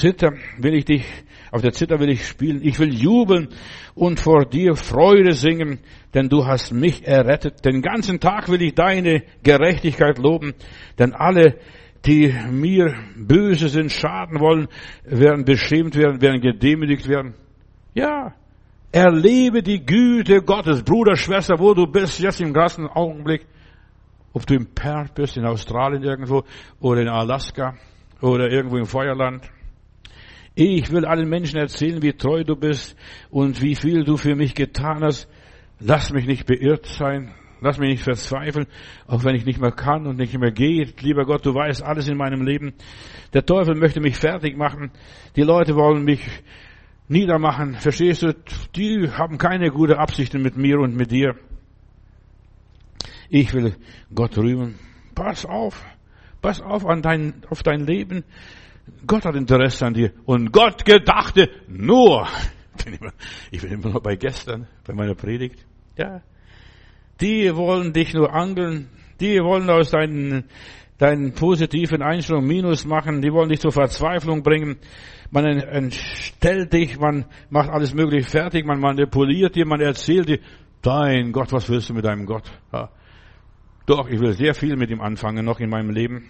auf der Zither will ich spielen. Ich will jubeln und vor dir Freude singen, denn du hast mich errettet. Den ganzen Tag will ich deine Gerechtigkeit loben, denn alle, die mir böse sind, schaden wollen, werden beschämt werden, werden gedemütigt werden. Ja, erlebe die Güte Gottes, Bruder, Schwester, wo du bist, jetzt im ganzen Augenblick. Ob du im Perth bist, in Australien irgendwo, oder in Alaska, oder irgendwo im Feuerland. Ich will allen Menschen erzählen, wie treu du bist und wie viel du für mich getan hast. Lass mich nicht beirrt sein. Lass mich nicht verzweifeln, auch wenn ich nicht mehr kann und nicht mehr gehe. Lieber Gott, du weißt alles in meinem Leben. Der Teufel möchte mich fertig machen. Die Leute wollen mich niedermachen. Verstehst du? Die haben keine gute Absichten mit mir und mit dir. Ich will Gott rühmen. Pass auf auf dein Leben. Gott hat Interesse an dir. Und Gott gedachte nur. Ich bin immer noch bei gestern, bei meiner Predigt. Ja. Die wollen dich nur angeln. Die wollen aus deinen positiven Einstellungen Minus machen. Die wollen dich zur Verzweiflung bringen. Man entstellt dich, man macht alles Mögliche fertig, man manipuliert dir, man erzählt dir, dein Gott, was willst du mit deinem Gott? Ja. Doch, ich will sehr viel mit ihm anfangen, noch in meinem Leben.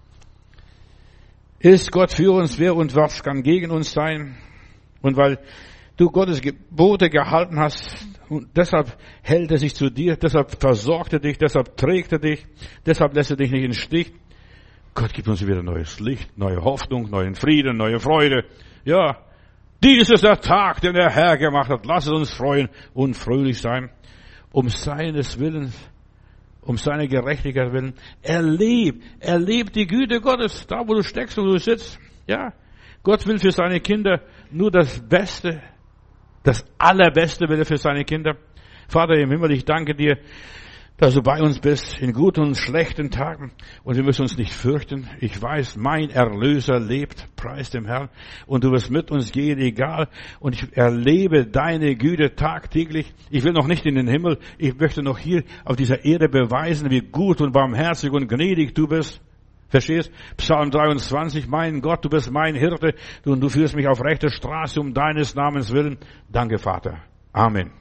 Ist Gott für uns, wer und was kann gegen uns sein? Und weil du Gottes Gebote gehalten hast, und deshalb hält er sich zu dir, deshalb versorgt er dich, deshalb trägt er dich, deshalb lässt er dich nicht in den Stich. Gott gibt uns wieder neues Licht, neue Hoffnung, neuen Frieden, neue Freude. Ja, dies ist der Tag, den der Herr gemacht hat. Lass uns freuen und fröhlich sein. Um seines Willens, um seine Gerechtigkeit willen. Erleb die Güte Gottes, da wo du steckst und wo du sitzt. Ja, Gott will für seine Kinder nur das Beste. Das Allerbeste will er für seine Kinder. Vater im Himmel, ich danke dir, dass du bei uns bist, in guten und schlechten Tagen. Und wir müssen uns nicht fürchten. Ich weiß, mein Erlöser lebt, preis dem Herrn. Und du wirst mit uns gehen, egal. Und ich erlebe deine Güte tagtäglich. Ich will noch nicht in den Himmel. Ich möchte noch hier auf dieser Erde beweisen, wie gut und barmherzig und gnädig du bist. Verstehst? Psalm 23, mein Gott, du bist mein Hirte und du führst mich auf rechte Straße um deines Namens willen. Danke, Vater. Amen.